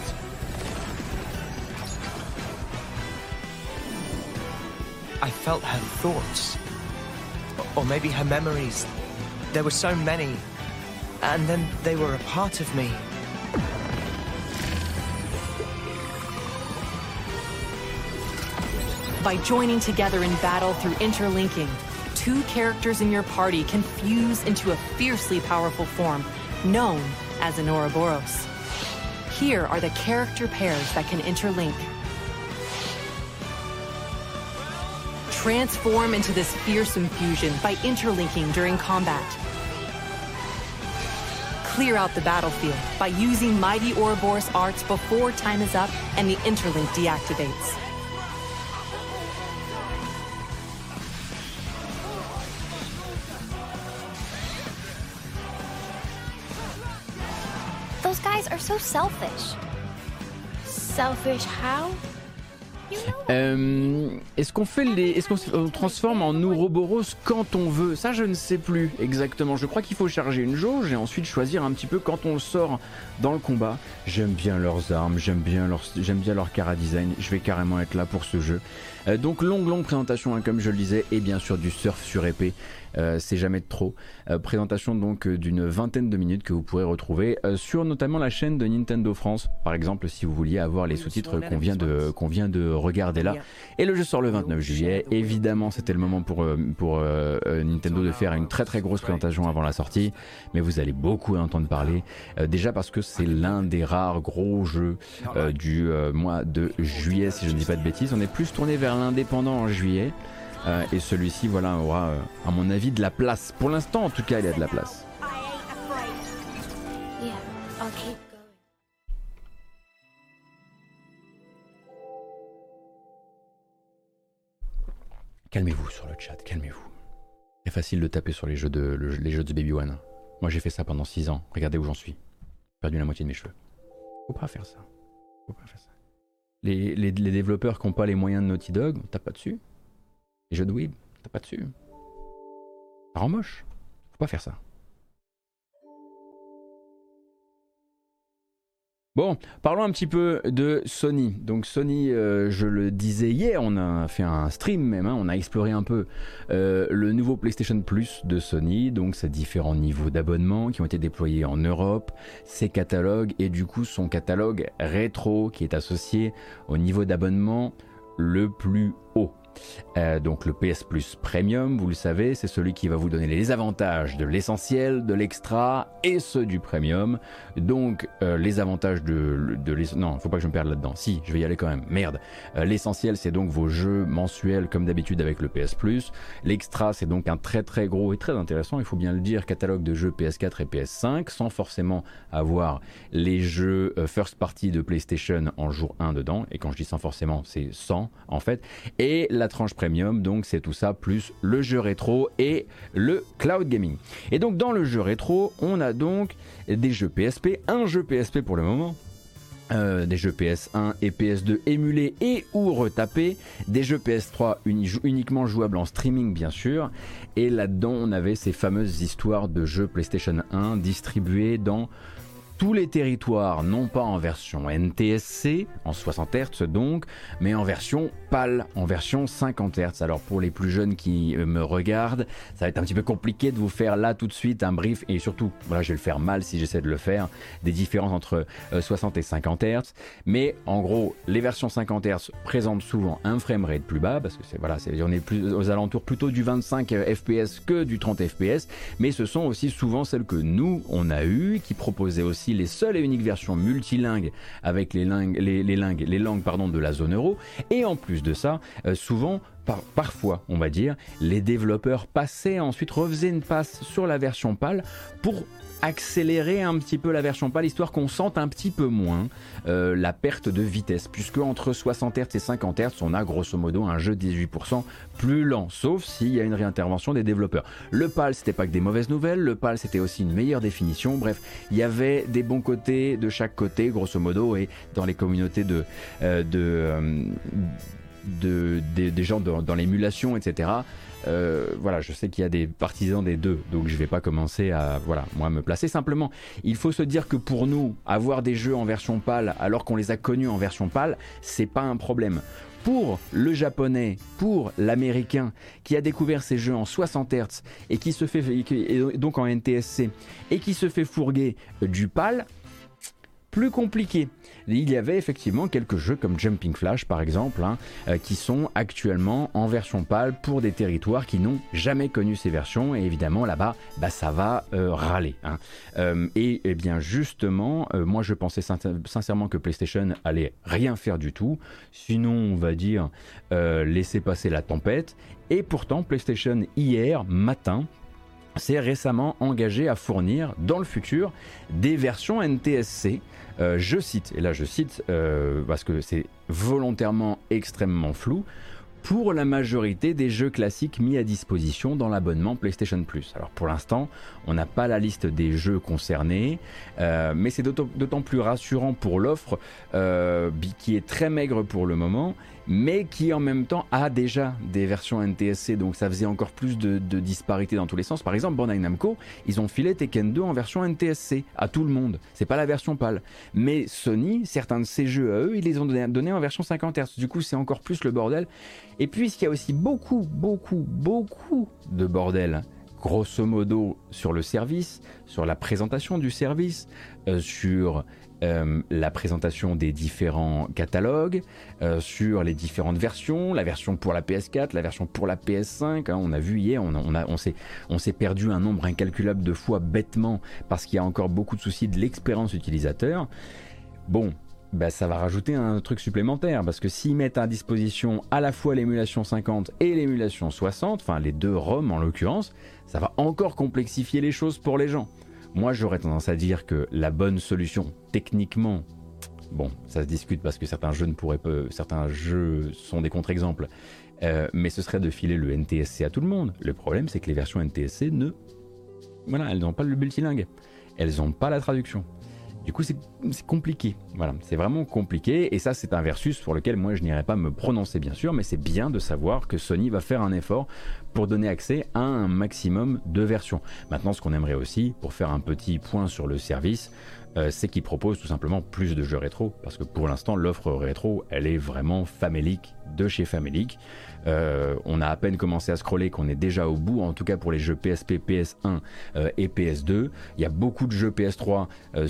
I felt her thoughts. Or maybe her memories. There were so many. And then they were a part of me. By joining together in battle through interlinking, 2 characters in your party can fuse into a fiercely powerful form known as an Ouroboros. Here are the character pairs that can interlink. Transform into this fearsome fusion by interlinking during combat. Clear out the battlefield by using Mighty Ouroboros arts before time is up and the interlink deactivates. Those guys are so selfish. Selfish how? Est-ce qu'on se transforme en Ouroboros quand on veut? Ça je ne sais plus exactement. Je crois qu'il faut charger une jauge et ensuite choisir un petit peu quand on sort dans le combat. J'aime bien leurs armes, j'aime bien leur cara design. Je vais carrément être là pour ce jeu. Donc longue présentation comme je le disais, et bien sûr du surf sur épée. C'est jamais de trop. Présentation donc d'une 20aine de minutes que vous pourrez retrouver sur notamment la chaîne de Nintendo France, par exemple, si vous vouliez avoir les sous-titres qu'on vient de regarder là. Et le jeu sort le 29 juillet. Évidemment, c'était le moment pour Nintendo de faire une très grosse présentation avant la sortie, mais vous allez beaucoup entendre parler, déjà parce que c'est l'un des rares gros jeux du mois de juillet, si je ne dis pas de bêtises. On est plus tourné vers l'indépendant en juillet. Et celui-ci, voilà, aura, à mon avis, de la place. Pour l'instant, en tout cas, il y a de la place. Calmez-vous sur le chat, calmez-vous. C'est facile de taper sur les jeux de Baby One. Moi, j'ai fait ça pendant 6 ans. Regardez où j'en suis. J'ai perdu la moitié de mes cheveux. Faut pas faire ça. Faut pas faire ça. Les développeurs qui n'ont pas les moyens de Naughty Dog, on tape pas dessus. Les jeux de Weeb, on tape pas dessus. Ça rend moche. Faut pas faire ça. Bon, parlons un petit peu de Sony. Donc Sony, je le disais hier, on a fait un stream même, hein, on a exploré un peu le nouveau PlayStation Plus de Sony, donc ses différents niveaux d'abonnement qui ont été déployés en Europe, ses catalogues et du coup son catalogue rétro qui est associé au niveau d'abonnement le plus haut. Donc le PS Plus Premium, vous le savez, c'est celui qui va vous donner les avantages de l'essentiel, de l'extra et ceux du Premium. Donc les avantages non, faut pas que je me perde là-dedans. Si, je vais y aller quand même. Merde. L'essentiel, c'est donc vos jeux mensuels comme d'habitude avec le PS Plus. L'extra, c'est donc un très très gros et très intéressant, il faut bien le dire, catalogue de jeux PS4 et PS5 sans forcément avoir les jeux first party de PlayStation en jour 1 dedans. Et quand je dis sans forcément, c'est sans en fait. Et la tranche premium, donc c'est tout ça plus le jeu rétro et le cloud gaming. Et donc dans le jeu rétro, on a donc des jeux PSP, un jeu PSP pour le moment, des jeux PS1 et PS2 émulés et ou retapés, des jeux PS3 uniquement jouables en streaming bien sûr, et là-dedans on avait ces fameuses histoires de jeux PlayStation 1 distribués dans tous les territoires, non pas en version NTSC, en 60 Hz donc, mais en version PAL, en version 50 Hz. Alors pour les plus jeunes qui me regardent, ça va être un petit peu compliqué de vous faire là tout de suite un brief, et surtout, voilà, je vais le faire mal si j'essaie de le faire, des différences entre 60 et 50 Hz, mais en gros, les versions 50 Hz présentent souvent un framerate plus bas, parce que on est plus aux alentours plutôt du 25 FPS que du 30 FPS, mais ce sont aussi souvent celles que nous, on a eues, qui proposaient aussi les seules et uniques versions multilingues avec les langues de la zone euro. Et en plus de ça, souvent, parfois, on va dire, les développeurs refaisaient une passe sur la version PAL pour accélérer un petit peu la version PAL, histoire qu'on sente un petit peu moins la perte de vitesse, puisque entre 60 Hz et 50 Hz, on a grosso modo un jeu 18% plus lent, sauf s'il y a une réintervention des développeurs. Le PAL, c'était pas que des mauvaises nouvelles, le PAL, c'était aussi une meilleure définition. Bref, il y avait des bons côtés de chaque côté, grosso modo, et dans les communautés des gens dans l'émulation, etc. Voilà, je sais qu'il y a des partisans des deux, donc je vais pas commencer à moi me placer. Simplement, il faut se dire que pour nous, avoir des jeux en version PAL alors qu'on les a connus en version PAL, c'est pas un problème. Pour le japonais, pour l'américain qui a découvert ces jeux en 60 Hz et qui se fait et donc en NTSC et qui se fait fourguer du PAL, plus compliqué. Il y avait effectivement quelques jeux comme Jumping Flash par exemple, qui sont actuellement en version PAL pour des territoires qui n'ont jamais connu ces versions, et évidemment là-bas ça va râler. Et bien justement, moi je pensais sincèrement que PlayStation allait rien faire du tout, sinon on va dire laisser passer la tempête, et pourtant PlayStation hier matin s'est récemment engagé à fournir dans le futur des versions NTSC, je cite, et là je cite parce que c'est volontairement extrêmement flou, pour la majorité des jeux classiques mis à disposition dans l'abonnement PlayStation Plus. Alors pour l'instant, on n'a pas la liste des jeux concernés, mais c'est d'autant plus rassurant pour l'offre qui est très maigre pour le moment, mais qui en même temps a déjà des versions NTSC, donc ça faisait encore plus de disparité dans tous les sens. Par exemple, Bandai Namco, ils ont filé Tekken 2 en version NTSC à tout le monde, c'est pas la version PAL. Mais Sony, certains de ces jeux à eux, ils les ont donnés en version 50 Hz, du coup c'est encore plus le bordel. Et puisqu'il y a aussi beaucoup de bordel, grosso modo sur le service, sur la présentation du service, sur la présentation des différents catalogues, sur les différentes versions, la version pour la PS4, la version pour la PS5, on a vu hier, on s'est perdu un nombre incalculable de fois bêtement parce qu'il y a encore beaucoup de soucis de l'expérience utilisateur. Bon, ça va rajouter un truc supplémentaire, parce que s'ils mettent à disposition à la fois l'émulation 50 et l'émulation 60, enfin les deux ROM en l'occurrence, ça va encore complexifier les choses pour les gens. Moi j'aurais tendance à dire que la bonne solution techniquement, bon ça se discute parce que certains jeux sont des contre-exemples, mais ce serait de filer le NTSC à tout le monde. Le problème c'est que les versions NTSC elles n'ont pas le multilingue, elles n'ont pas la traduction. Du coup, c'est compliqué. Voilà, c'est vraiment compliqué. Et ça, c'est un versus sur lequel moi, je n'irai pas me prononcer, bien sûr. Mais c'est bien de savoir que Sony va faire un effort pour donner accès à un maximum de versions. Maintenant, ce qu'on aimerait aussi, pour faire un petit point sur le service, c'est qu'ils proposent tout simplement plus de jeux rétro. Parce que pour l'instant, l'offre rétro, elle est vraiment famélique de chez famélique. On a à peine commencé à scroller qu'on est déjà au bout, en tout cas pour les jeux PSP, PS1 et PS2. Il y a beaucoup de jeux PS3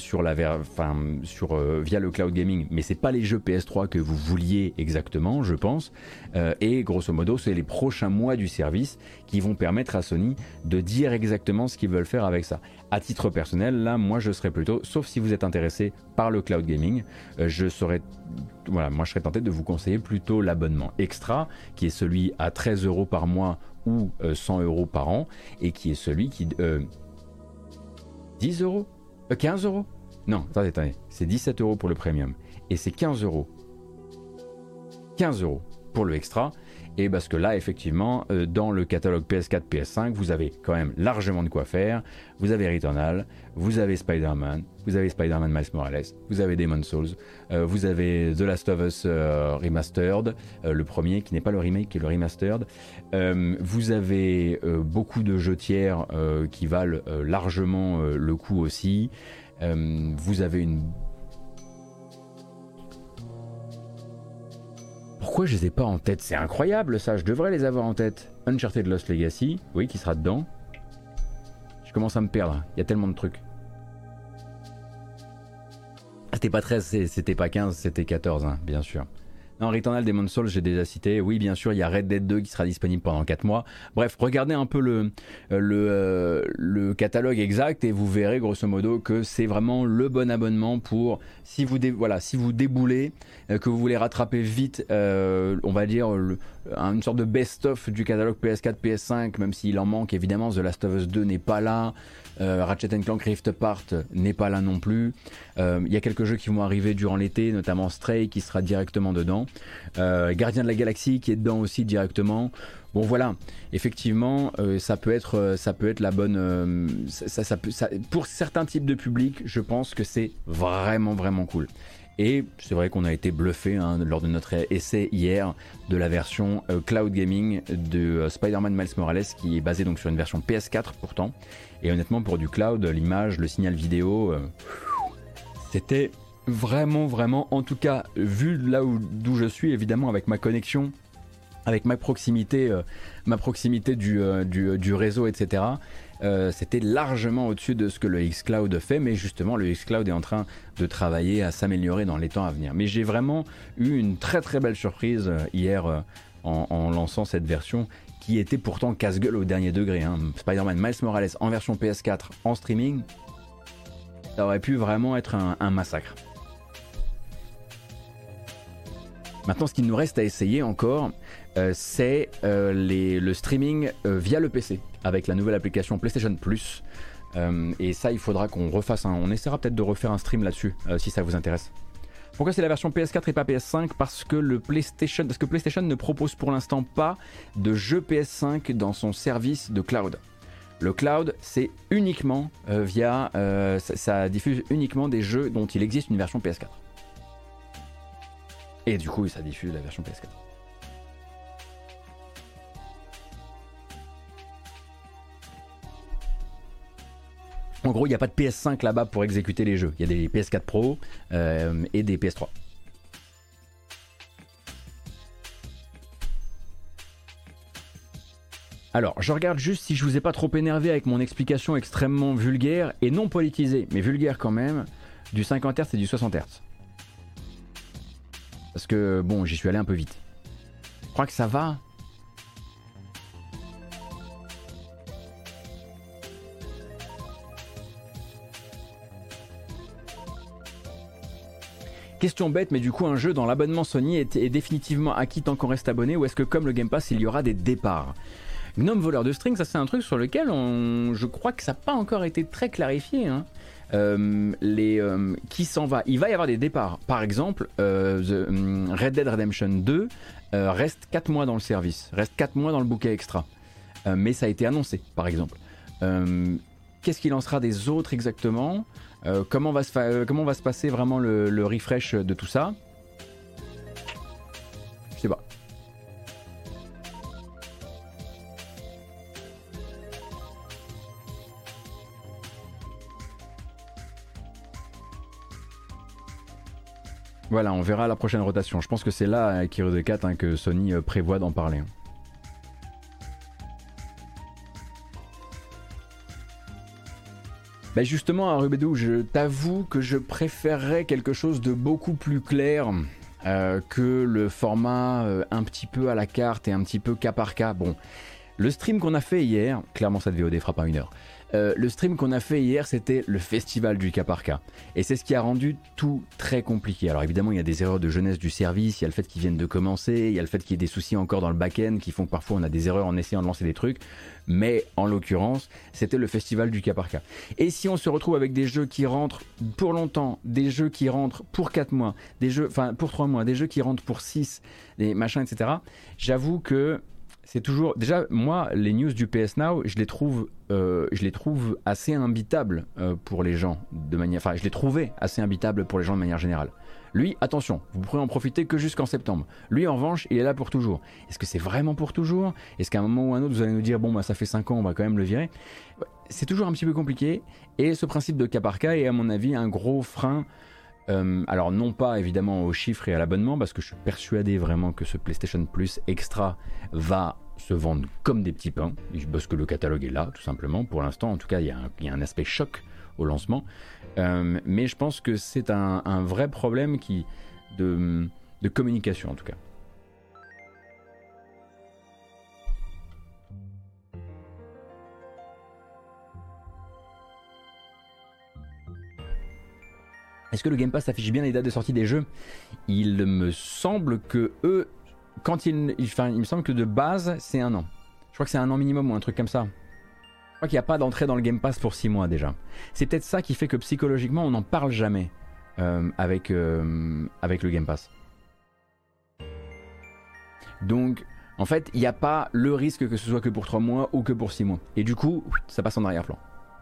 via le cloud gaming, mais c'est pas les jeux PS3 que vous vouliez exactement, je pense. Et grosso modo, c'est les prochains mois du service qui vont permettre à Sony de dire exactement ce qu'ils veulent faire avec ça. À titre personnel, là, moi, je serais plutôt, sauf si vous êtes intéressé par le cloud gaming, je serais tenté de vous conseiller plutôt l'abonnement extra, qui est celui à 13 € par mois ou 100 € par an, et qui est celui qui... 10 €, 15 €. Non, attendez, c'est 17 € pour le premium, et c'est 15 €. 15 € pour le extra. Et parce que là, effectivement, dans le catalogue PS4, PS5, vous avez quand même largement de quoi faire. Vous avez Returnal, vous avez Spider-Man, vous avez Spider-Man Miles Morales, vous avez Demon's Souls, vous avez The Last of Us Remastered, le premier qui n'est pas le remake, qui est le Remastered. Vous avez beaucoup de jeux tiers qui valent largement le coup aussi. Vous avez une... Pourquoi je les ai pas en tête? C'est incroyable ça, je devrais les avoir en tête. Uncharted Lost Legacy, oui, qui sera dedans. Je commence à me perdre, il y a tellement de trucs. C'était pas 13, c'était pas 15, c'était 14, hein, bien sûr. Non, Returnal, Demon's Souls, j'ai déjà cité. Oui, bien sûr, il y a Red Dead 2 qui sera disponible pendant 4 mois. Bref, regardez un peu le catalogue exact et vous verrez grosso modo que c'est vraiment le bon abonnement pour, si vous déboulez, que vous voulez rattraper vite, on va dire, une sorte de best-of du catalogue PS4, PS5, même s'il en manque évidemment. The Last of Us 2 n'est pas là. Ratchet & Clank Rift Apart n'est pas là non plus. Il y a quelques jeux qui vont arriver durant l'été, notamment Stray qui sera directement dedans. Gardien de la Galaxie qui est dedans aussi directement. Bon voilà, effectivement, ça peut être la bonne. Pour certains types de publics, je pense que c'est vraiment vraiment cool. Et c'est vrai qu'on a été bluffé lors de notre essai hier de la version cloud gaming de Spider-Man Miles Morales, qui est basée donc sur une version PS4 pourtant. Et honnêtement, pour du cloud, l'image, le signal vidéo, c'était vraiment vraiment, en tout cas vu là d'où je suis, évidemment avec ma connexion, avec ma proximité du réseau, etc. C'était largement au-dessus de ce que le xCloud fait, mais justement le xCloud est en train de travailler à s'améliorer dans les temps à venir. Mais j'ai vraiment eu une très très belle surprise hier en lançant cette version qui était pourtant casse-gueule au dernier degré. Spider-Man Miles Morales en version PS4 en streaming, ça aurait pu vraiment être un massacre. Maintenant, ce qu'il nous reste à essayer encore, c'est le streaming via le PC avec la nouvelle application PlayStation Plus. Et ça, il faudra qu'on refasse on essaiera peut-être de refaire un stream là-dessus si ça vous intéresse. Pourquoi c'est la version PS4 et pas PS5? Parce que PlayStation ne propose pour l'instant pas de jeu PS5 dans son service de cloud. Le cloud, c'est uniquement ça diffuse uniquement des jeux dont il existe une version PS4. Et du coup, ça diffuse la version PS4. En gros, il n'y a pas de PS5 là-bas pour exécuter les jeux. Il y a des PS4 Pro et des PS3. Alors, je regarde juste si je vous ai pas trop énervé avec mon explication extrêmement vulgaire et non politisée, mais vulgaire quand même, du 50 Hz et du 60 Hz. Parce que, bon, j'y suis allé un peu vite. Je crois que ça va. Question bête, mais du coup, un jeu dans l'abonnement Sony est définitivement acquis tant qu'on reste abonné, ou est-ce que comme le Game Pass, il y aura des départs? Gnome voleur de string, ça c'est un truc sur lequel je crois que ça n'a pas encore été très clarifié. Qui s'en va? Il va y avoir des départs. Par exemple, Red Dead Redemption 2 reste 4 mois dans le service, reste 4 mois dans le bouquet extra. Mais ça a été annoncé, par exemple. qu'est-ce qu'il en sera des autres exactement, comment va se passer vraiment le refresh de tout ça. Je sais pas. Voilà, on verra la prochaine rotation. Je pense que c'est là, avec Hero de 4, que Sony prévoit d'en parler. Bah justement, Rubedou, je t'avoue que je préférerais quelque chose de beaucoup plus clair que le format un petit peu à la carte et un petit peu cas par cas. Bon, le stream qu'on a fait hier, clairement cette VOD fera pas 1 heure. Le stream qu'on a fait hier, c'était le festival du cas par cas. Et c'est ce qui a rendu tout très compliqué. Alors évidemment, il y a des erreurs de jeunesse du service, il y a le fait qu'ils viennent de commencer, il y a le fait qu'il y ait des soucis encore dans le back-end qui font que parfois on a des erreurs en essayant de lancer des trucs. Mais en l'occurrence, c'était le festival du cas par cas. Et si on se retrouve avec des jeux qui rentrent pour longtemps, des jeux qui rentrent pour 4 mois, des jeux, enfin pour 3 mois, des jeux qui rentrent pour 6, des machins, etc. J'avoue que c'est toujours... Déjà, moi, les news du PS Now, je les trouve assez imbitables pour les gens de manière... Enfin, je les trouvais assez imbitables pour les gens de manière générale. Lui, attention, vous pourrez en profiter que jusqu'en septembre. Lui, en revanche, il est là pour toujours. Est-ce que c'est vraiment pour toujours? Est-ce qu'à un moment ou un autre, vous allez nous dire, bon, bah, ça fait 5 ans, on va quand même le virer? C'est toujours un petit peu compliqué. Et ce principe de cas par cas est, à mon avis, un gros frein. Alors, non pas évidemment aux chiffres et à l'abonnement, parce que je suis persuadé vraiment que ce PlayStation Plus Extra va se vendre comme des petits pains, parce que le catalogue est là, tout simplement. Pour l'instant, en tout cas, il y a un aspect choc au lancement. Mais je pense que c'est un vrai problème de communication, en tout cas. Est-ce que le Game Pass affiche bien les dates de sortie des jeux? Il me semble que eux, il me semble que de base, c'est 1 an. Je crois que c'est 1 an minimum ou un truc comme ça. Je crois qu'il n'y a pas d'entrée dans le Game Pass pour 6 mois déjà. C'est peut-être ça qui fait que psychologiquement, on n'en parle jamais avec le Game Pass. Donc, en fait, il n'y a pas le risque que ce soit que pour 3 mois ou que pour 6 mois. Et du coup, ça passe en arrière-plan.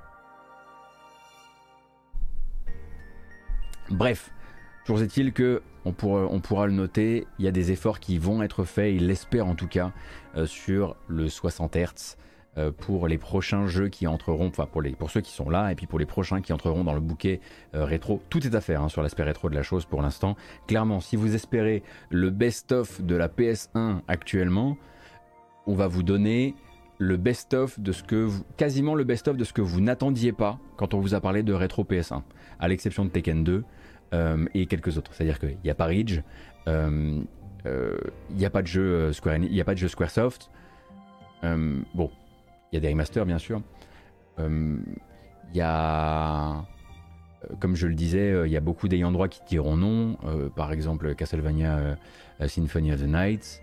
Bref, toujours est-il que on pourra le noter, il y a des efforts qui vont être faits, il l'espère en tout cas, sur le 60 Hz pour les prochains jeux qui entreront, enfin pour ceux qui sont là, et puis pour les prochains qui entreront dans le bouquet rétro. Tout est à faire sur l'aspect rétro de la chose pour l'instant. Clairement, si vous espérez le best-of de la PS1 actuellement, on va vous donner le best-of de quasiment le best-of de ce que vous n'attendiez pas quand on vous a parlé de rétro PS1, à l'exception de Tekken 2 et quelques autres. C'est-à-dire qu'il n'y a pas Ridge, il n'y a pas de jeu il n'y a pas de jeu Squaresoft. Bon, il y a des remasters bien sûr. Il y a, comme je le disais, il y a beaucoup d'ayants droit qui diront non. Par exemple, Castlevania Symphony of the Night.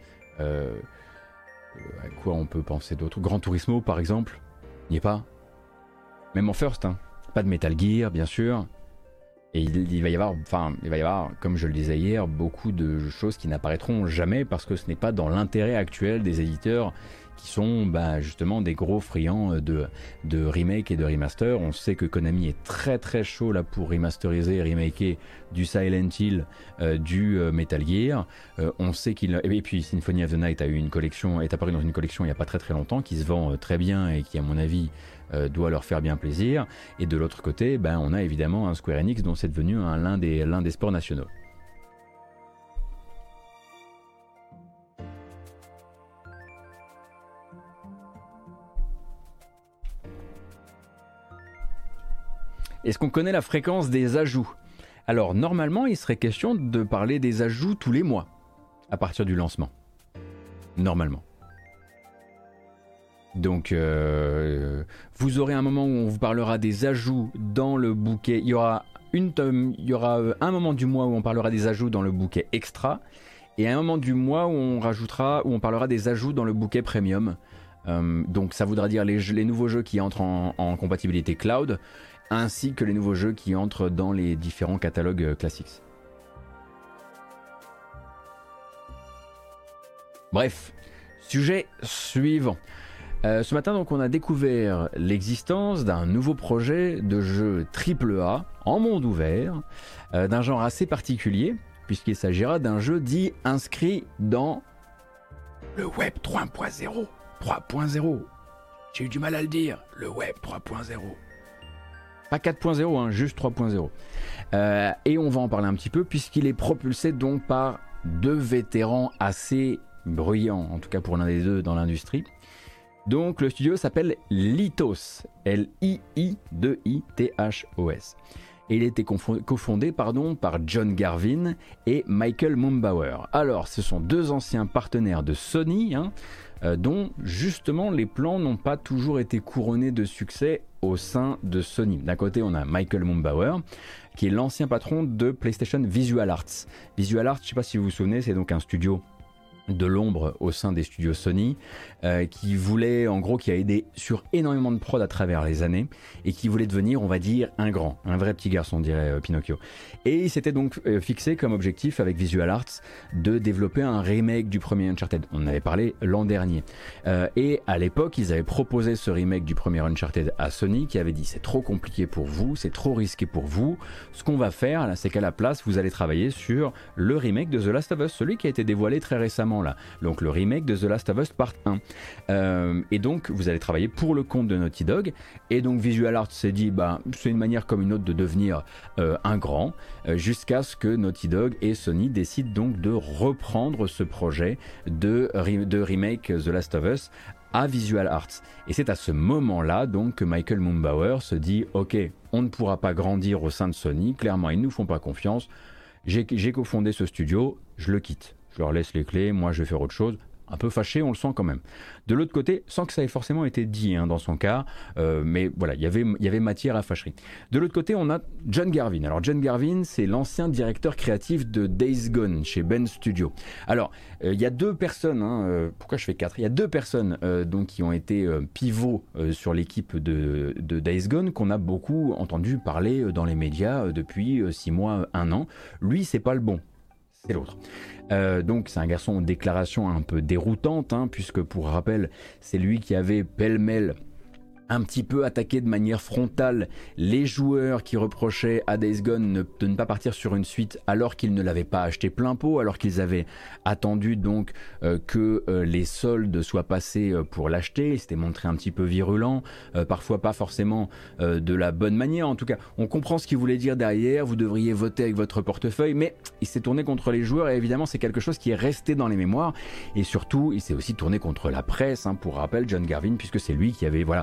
À quoi on peut penser d'autre? Gran Turismo par exemple, n'y est pas. Même en first, pas de Metal Gear bien sûr. Et il va y avoir, comme je le disais hier, beaucoup de choses qui n'apparaîtront jamais parce que ce n'est pas dans l'intérêt actuel des éditeurs qui sont justement des gros friands de remake et de remaster. On sait que Konami est très très chaud là pour remasteriser et remaker du Silent Hill, du Metal Gear. On sait et puis Symphony of the Night est apparu dans une collection il n'y a pas très très longtemps qui se vend très bien et qui à mon avis doit leur faire bien plaisir. Et de l'autre côté, on a évidemment un Square Enix dont c'est devenu l'un des sports nationaux. Est-ce qu'on connaît la fréquence des ajouts? Alors normalement, il serait question de parler des ajouts tous les mois, à partir du lancement. Normalement. Donc vous aurez un moment où on vous parlera des ajouts dans le bouquet. Il y aura un moment du mois où on parlera des ajouts dans le bouquet extra, et un moment du mois où on parlera des ajouts dans le bouquet premium. Donc ça voudra dire les nouveaux jeux qui entrent en compatibilité cloud, ainsi que les nouveaux jeux qui entrent dans les différents catalogues classiques. Bref, sujet suivant. Ce matin, donc, on a découvert l'existence d'un nouveau projet de jeu AAA en monde ouvert, d'un genre assez particulier, puisqu'il s'agira d'un jeu dit inscrit dans le Web 3.0. 3.0. J'ai eu du mal à le dire, le Web 3.0. Pas 4.0, hein, juste 3.0. Et on va en parler un petit peu, puisqu'il est propulsé donc par deux vétérans assez bruyants, en tout cas pour l'un des deux dans l'industrie. Donc le studio s'appelle Liitos, L-I-I-2-I-T-H-O-S. Et il a été cofondé par John Garvin et Michael Mumbauer. Alors ce sont deux anciens partenaires de Sony, dont justement les plans n'ont pas toujours été couronnés de succès au sein de Sony. D'un côté on a Michael Mumbauer, qui est l'ancien patron de PlayStation Visual Arts. Visual Arts, je ne sais pas si vous vous souvenez, c'est donc un studio de l'ombre au sein des studios Sony, qui voulait, en gros, qui a aidé sur énormément de prod à travers les années, et qui voulait devenir, on va dire, un vrai petit garçon, dirait Pinocchio. Et il s'était donc fixé comme objectif avec Visual Arts de développer un remake du premier Uncharted. On en avait parlé l'an dernier. Et à l'époque, ils avaient proposé ce remake du premier Uncharted à Sony, qui avait dit c'est trop compliqué pour vous, c'est trop risqué pour vous. Ce qu'on va faire, là, c'est qu'à la place, vous allez travailler sur le remake de The Last of Us, celui qui a été dévoilé très récemment là. Donc le remake de The Last of Us Part 1. Et donc vous allez travailler pour le compte de Naughty Dog. Et donc Visual Arts s'est dit c'est une manière comme une autre de devenir un grand, jusqu'à ce que Naughty Dog et Sony décident donc de reprendre ce projet de remake The Last of Us à Visual Arts. Et c'est à ce moment-là donc que Michael Mumbauer se dit ok, on ne pourra pas grandir au sein de Sony, clairement ils ne nous font pas confiance, j'ai cofondé ce studio, je le quitte. Je leur laisse les clés, moi je vais faire autre chose. Un peu fâché, on le sent quand même. De l'autre côté, sans que ça ait forcément été dit dans son cas, mais voilà, il y avait matière à fâcherie. De l'autre côté, on a John Garvin. Alors John Garvin, c'est l'ancien directeur créatif de Days Gone chez Ben Studio. Alors, il y a deux personnes, pourquoi je fais quatre ? Il y a deux personnes donc, qui ont été pivots sur l'équipe de Days Gone, qu'on a beaucoup entendu parler dans les médias depuis 6 mois, 1 an. Lui, c'est pas le bon. C'est l'autre. Donc c'est un garçon aux déclarations un peu déroutantes, puisque pour rappel, c'est lui qui avait pêle-mêle un petit peu attaqué de manière frontale les joueurs qui reprochaient à Days Gone de ne pas partir sur une suite alors qu'ils ne l'avaient pas acheté plein pot, alors qu'ils avaient attendu donc que les soldes soient passés pour l'acheter. Il s'était montré un petit peu virulent, parfois pas forcément de la bonne manière. En tout cas, on comprend ce qu'il voulait dire derrière, vous devriez voter avec votre portefeuille, mais il s'est tourné contre les joueurs et évidemment c'est quelque chose qui est resté dans les mémoires. Et surtout, il s'est aussi tourné contre la presse, pour rappel, John Garvin, puisque c'est lui qui avait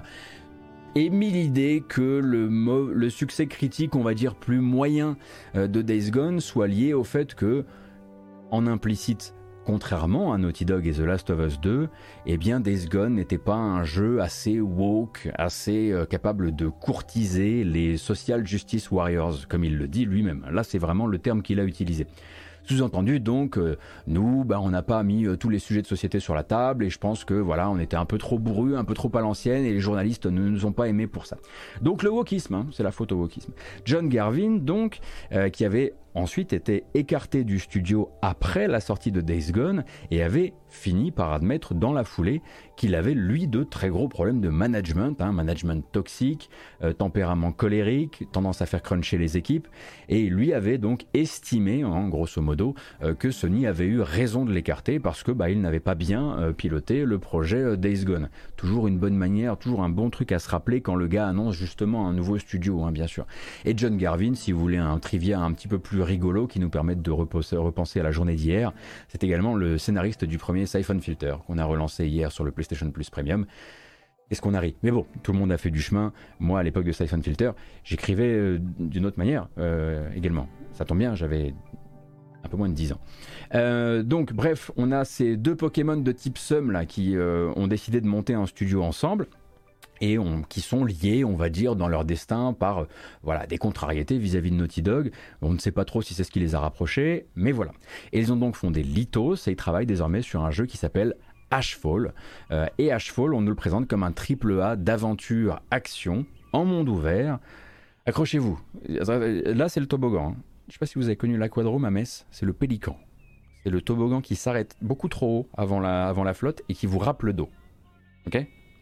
émis l'idée que le succès critique, on va dire plus moyen de Days Gone soit lié au fait que, en implicite, contrairement à Naughty Dog et The Last of Us 2, eh bien Days Gone n'était pas un jeu assez woke, assez capable de courtiser les social justice warriors, comme il le dit lui-même. Là, c'est vraiment le terme qu'il a utilisé. Sous-entendu donc, nous, on n'a pas mis tous les sujets de société sur la table et je pense que voilà, on était un peu trop bourru, un peu trop à l'ancienne et les journalistes ne nous ont pas aimés pour ça. Donc le wokisme, c'est la faute au wokisme. John Garvin donc, qui avait ensuite été écarté du studio après la sortie de Days Gone et avait fini par admettre dans la foulée qu'il avait lui de très gros problèmes de management, management toxique, tempérament colérique, tendance à faire cruncher les équipes, et lui avait donc estimé, grosso modo, que Sony avait eu raison de l'écarter parce que il n'avait pas bien piloté le projet Days Gone. Toujours une bonne manière, toujours un bon truc à se rappeler quand le gars annonce justement un nouveau studio, bien sûr. Et John Garvin, si vous voulez un trivia un petit peu plus rigolo qui nous permette de repenser à la journée d'hier, c'est également le scénariste du premier Siphon Filter qu'on a relancé hier sur le PlayStation Plus Premium. Est-ce qu'on a ri ? Mais bon, tout le monde a fait du chemin. Moi, à l'époque de Siphon Filter, j'écrivais d'une autre manière également. Ça tombe bien, j'avais un peu moins de 10 ans. Donc, bref, on a ces deux Pokémon de type Sum là, qui ont décidé de monter un studio ensemble. Et qui sont liés, on va dire, dans leur destin par des contrariétés vis-à-vis de Naughty Dog. On ne sait pas trop si c'est ce qui les a rapprochés, mais voilà. Et ils ont donc fondé Liitos et ils travaillent désormais sur un jeu qui s'appelle Ashfall. Et Ashfall, on nous le présente comme un AAA d'aventure action en monde ouvert. Accrochez-vous. Là, c'est le toboggan. Je ne sais pas si vous avez connu l'aquadrome à Metz, c'est le Pélican. C'est le toboggan qui s'arrête beaucoup trop haut avant la flotte et qui vous râpe le dos. Ok ?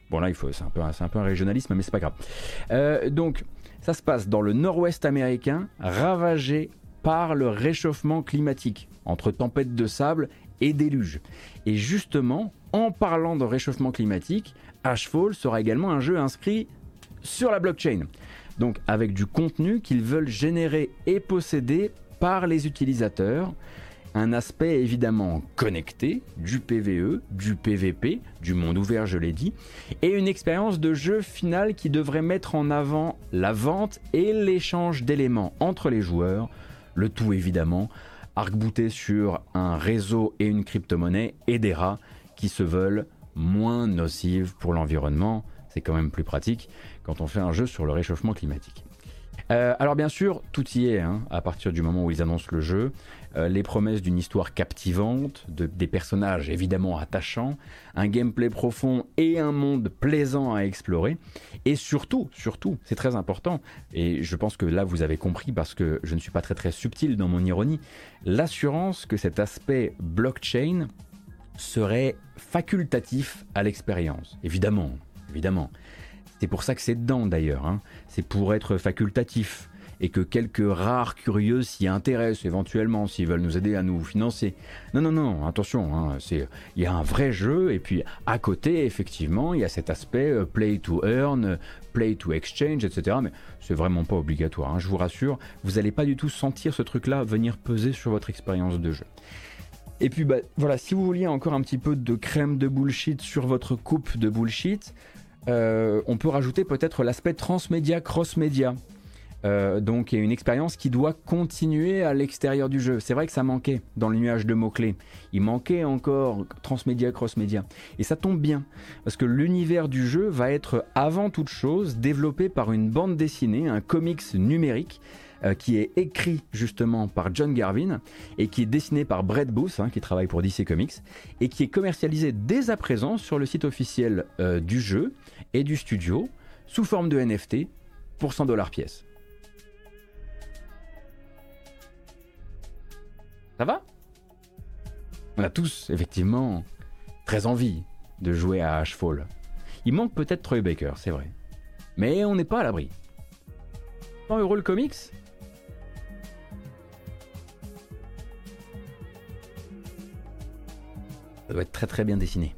Bon là, c'est un peu un régionalisme, mais c'est pas grave. Donc, ça se passe dans le nord-ouest américain, ravagé par le réchauffement climatique, entre tempêtes de sable et déluge. Et justement, en parlant de réchauffement climatique, Ashfall sera également un jeu inscrit sur la blockchain. Donc avec du contenu qu'ils veulent générer et posséder par les utilisateurs. Un aspect évidemment connecté, du PvE, du PvP, du monde ouvert, je l'ai dit, et une expérience de jeu finale qui devrait mettre en avant la vente et l'échange d'éléments entre les joueurs, le tout évidemment arc-bouté sur un réseau et une crypto-monnaie et des rats qui se veulent moins nocives pour l'environnement. C'est quand même plus pratique quand on fait un jeu sur le réchauffement climatique. Alors bien sûr, tout y est, hein, à partir du moment où ils annoncent le jeu. Les promesses d'une histoire captivante, des personnages évidemment attachants, un gameplay profond et un monde plaisant à explorer. Et surtout, c'est très important, et je pense que là vous avez compris parce que je ne suis pas très subtil dans mon ironie, l'assurance que cet aspect blockchain serait facultatif à l'expérience. Évidemment. C'est pour ça que c'est dedans d'ailleurs, hein. C'est pour être facultatif et que quelques rares curieux s'y intéressent éventuellement s'ils veulent nous aider à nous financer. Non, attention, hein, il y a un vrai jeu et puis à côté effectivement il y a cet aspect play to earn, play to exchange, etc. Mais c'est vraiment pas obligatoire, hein, je vous rassure, vous n'allez pas du tout sentir ce truc-là venir peser sur votre expérience de jeu. Et puis voilà, si vous vouliez encore un petit peu de crème de bullshit sur votre coupe de bullshit, on peut rajouter peut-être l'aspect transmédia, cross-média. Donc il y a une expérience qui doit continuer à l'extérieur du jeu. C'est vrai que ça manquait dans le nuage de mots-clés. Il manquait encore transmédia, cross-média. Et ça tombe bien, parce que l'univers du jeu va être avant toute chose développé par une bande dessinée, un comics numérique, qui est écrit justement par John Garvin et qui est dessiné par Brett Booth, hein, qui travaille pour DC Comics, et qui est commercialisé dès à présent sur le site officiel du jeu et du studio sous forme de NFT pour $100 pièce. Ça va ? On a tous effectivement très envie de jouer à Ashfall. Il manque peut-être Troy Baker, c'est vrai, mais on n'est pas à l'abri. 100 € le comics ? Ça doit être très bien dessiné.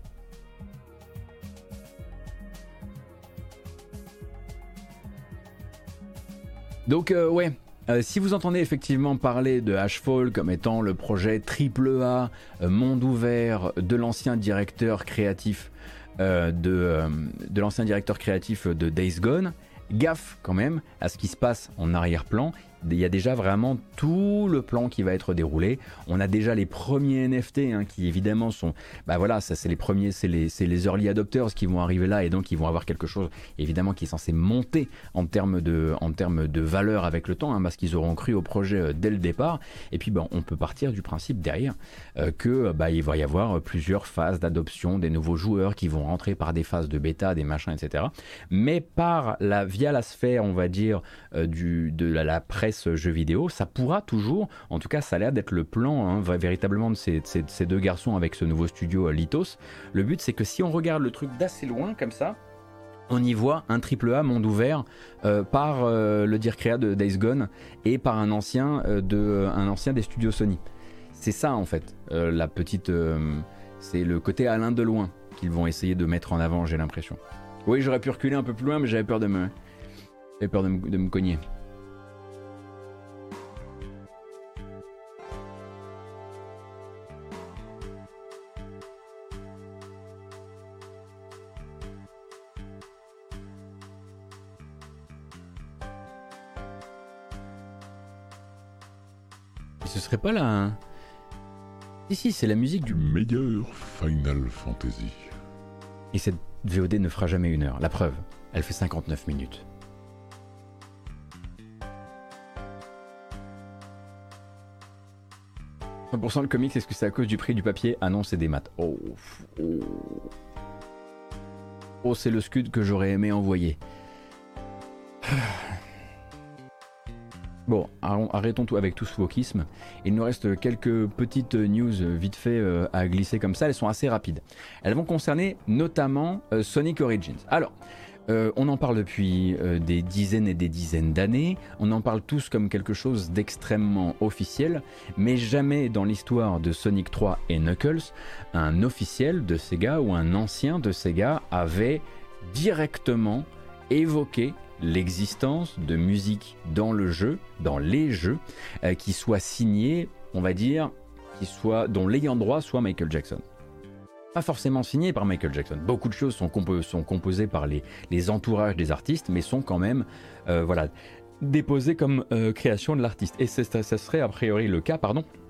Donc ouais, si vous entendez effectivement parler de Ashfall comme étant le projet AAA, monde ouvert de l'ancien directeur créatif de Days Gone, gaffe quand même à ce qui se passe en arrière-plan. Il y a déjà vraiment tout le plan qui va être déroulé. On a déjà les premiers NFT hein, qui évidemment sont... Bah voilà, ça c'est les premiers, c'est les early adopters qui vont arriver là et donc ils vont avoir quelque chose évidemment qui est censé monter en termes de valeur avec le temps hein, parce qu'ils auront cru au projet dès le départ. Et puis on peut partir du principe derrière que il va y avoir plusieurs phases d'adoption des nouveaux joueurs qui vont rentrer par des phases de bêta, des machins, etc. Mais via la sphère, on va dire, de la presse jeux vidéo, ça pourra toujours, en tout cas ça a l'air d'être le plan hein, véritablement de ces deux garçons avec ce nouveau studio Lythos. Le but c'est que si on regarde le truc d'assez loin comme ça, on y voit un AAA monde ouvert par le dire créa de Days Gone et par un ancien des studios Sony. C'est ça en fait, c'est le côté Alain Deloin qu'ils vont essayer de mettre en avant, j'ai l'impression. Oui, j'aurais pu reculer un peu plus loin mais j'avais peur de me cogner. Ce serait pas là, hein. Si, c'est la musique du meilleur Final Fantasy. Et cette VOD ne fera jamais 1 heure. La preuve, elle fait 59 minutes. « 100% le comics, est-ce que c'est à cause du prix du papier ? Ah non, c'est des maths. Oh, c'est le scud que j'aurais aimé envoyer. Bon, arrêtons tout avec tout ce wokisme. Il nous reste quelques petites news vite fait à glisser comme ça. Elles sont assez rapides. Elles vont concerner notamment Sonic Origins. Alors, on en parle depuis des dizaines et des dizaines d'années. On en parle tous comme quelque chose d'extrêmement officiel. Mais jamais dans l'histoire de Sonic 3 et Knuckles, un officiel de Sega ou un ancien de Sega avait directement évoqué l'existence de musique dans le jeu, dans les jeux, qui soit signée, on va dire, dont l'ayant droit soit Michael Jackson. Pas forcément signé par Michael Jackson. Beaucoup de choses sont composées par les entourages des artistes, mais sont quand même déposées comme création de l'artiste. Et ça serait a priori le cas,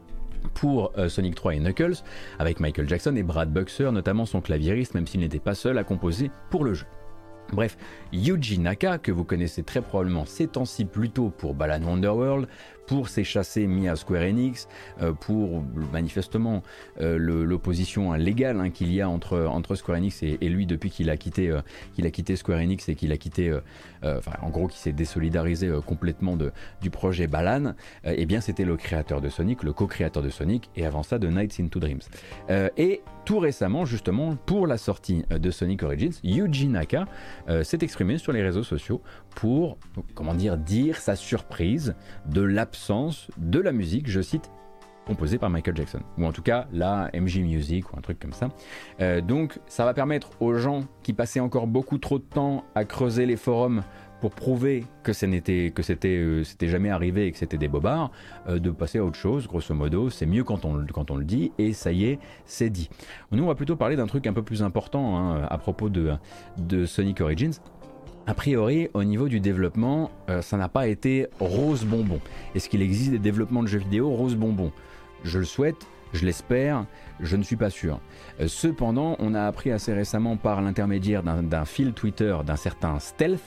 pour Sonic 3 et Knuckles, avec Michael Jackson et Brad Buxer, notamment son claviériste, même s'il n'était pas seul à composer pour le jeu. Bref, Yuji Naka, que vous connaissez très probablement ces temps-ci plutôt pour Balan Wonderworld, pour ses chassés mis à Square Enix, pour manifestement l'opposition légale qu'il y a entre Square Enix et lui depuis qu'il a quitté Square Enix et qu'il a quitté, en gros, qu'il s'est désolidarisé complètement du projet Balan. Eh bien, c'était le créateur de Sonic, le co-créateur de Sonic, et avant ça de Nights into Dreams. Et tout récemment, justement, pour la sortie de Sonic Origins, Yuji Naka s'est exprimé sur les réseaux sociaux pour, dire sa surprise de l'absence de la musique, je cite, composée par Michael Jackson, ou en tout cas la MJ Music ou un truc comme ça. Donc ça va permettre aux gens qui passaient encore beaucoup trop de temps à creuser les forums pour prouver que c'était jamais arrivé et que c'était des bobards, de passer à autre chose. Grosso modo, c'est mieux quand on le dit, et ça y est, c'est dit. Nous, on va plutôt parler d'un truc un peu plus important à propos de Sonic Origins. A priori, au niveau du développement, ça n'a pas été rose bonbon. Est-ce qu'il existe des développements de jeux vidéo rose bonbon ? Je le souhaite, je l'espère, je ne suis pas sûr. Cependant, on a appris assez récemment par l'intermédiaire d'un fil Twitter d'un certain Stealth,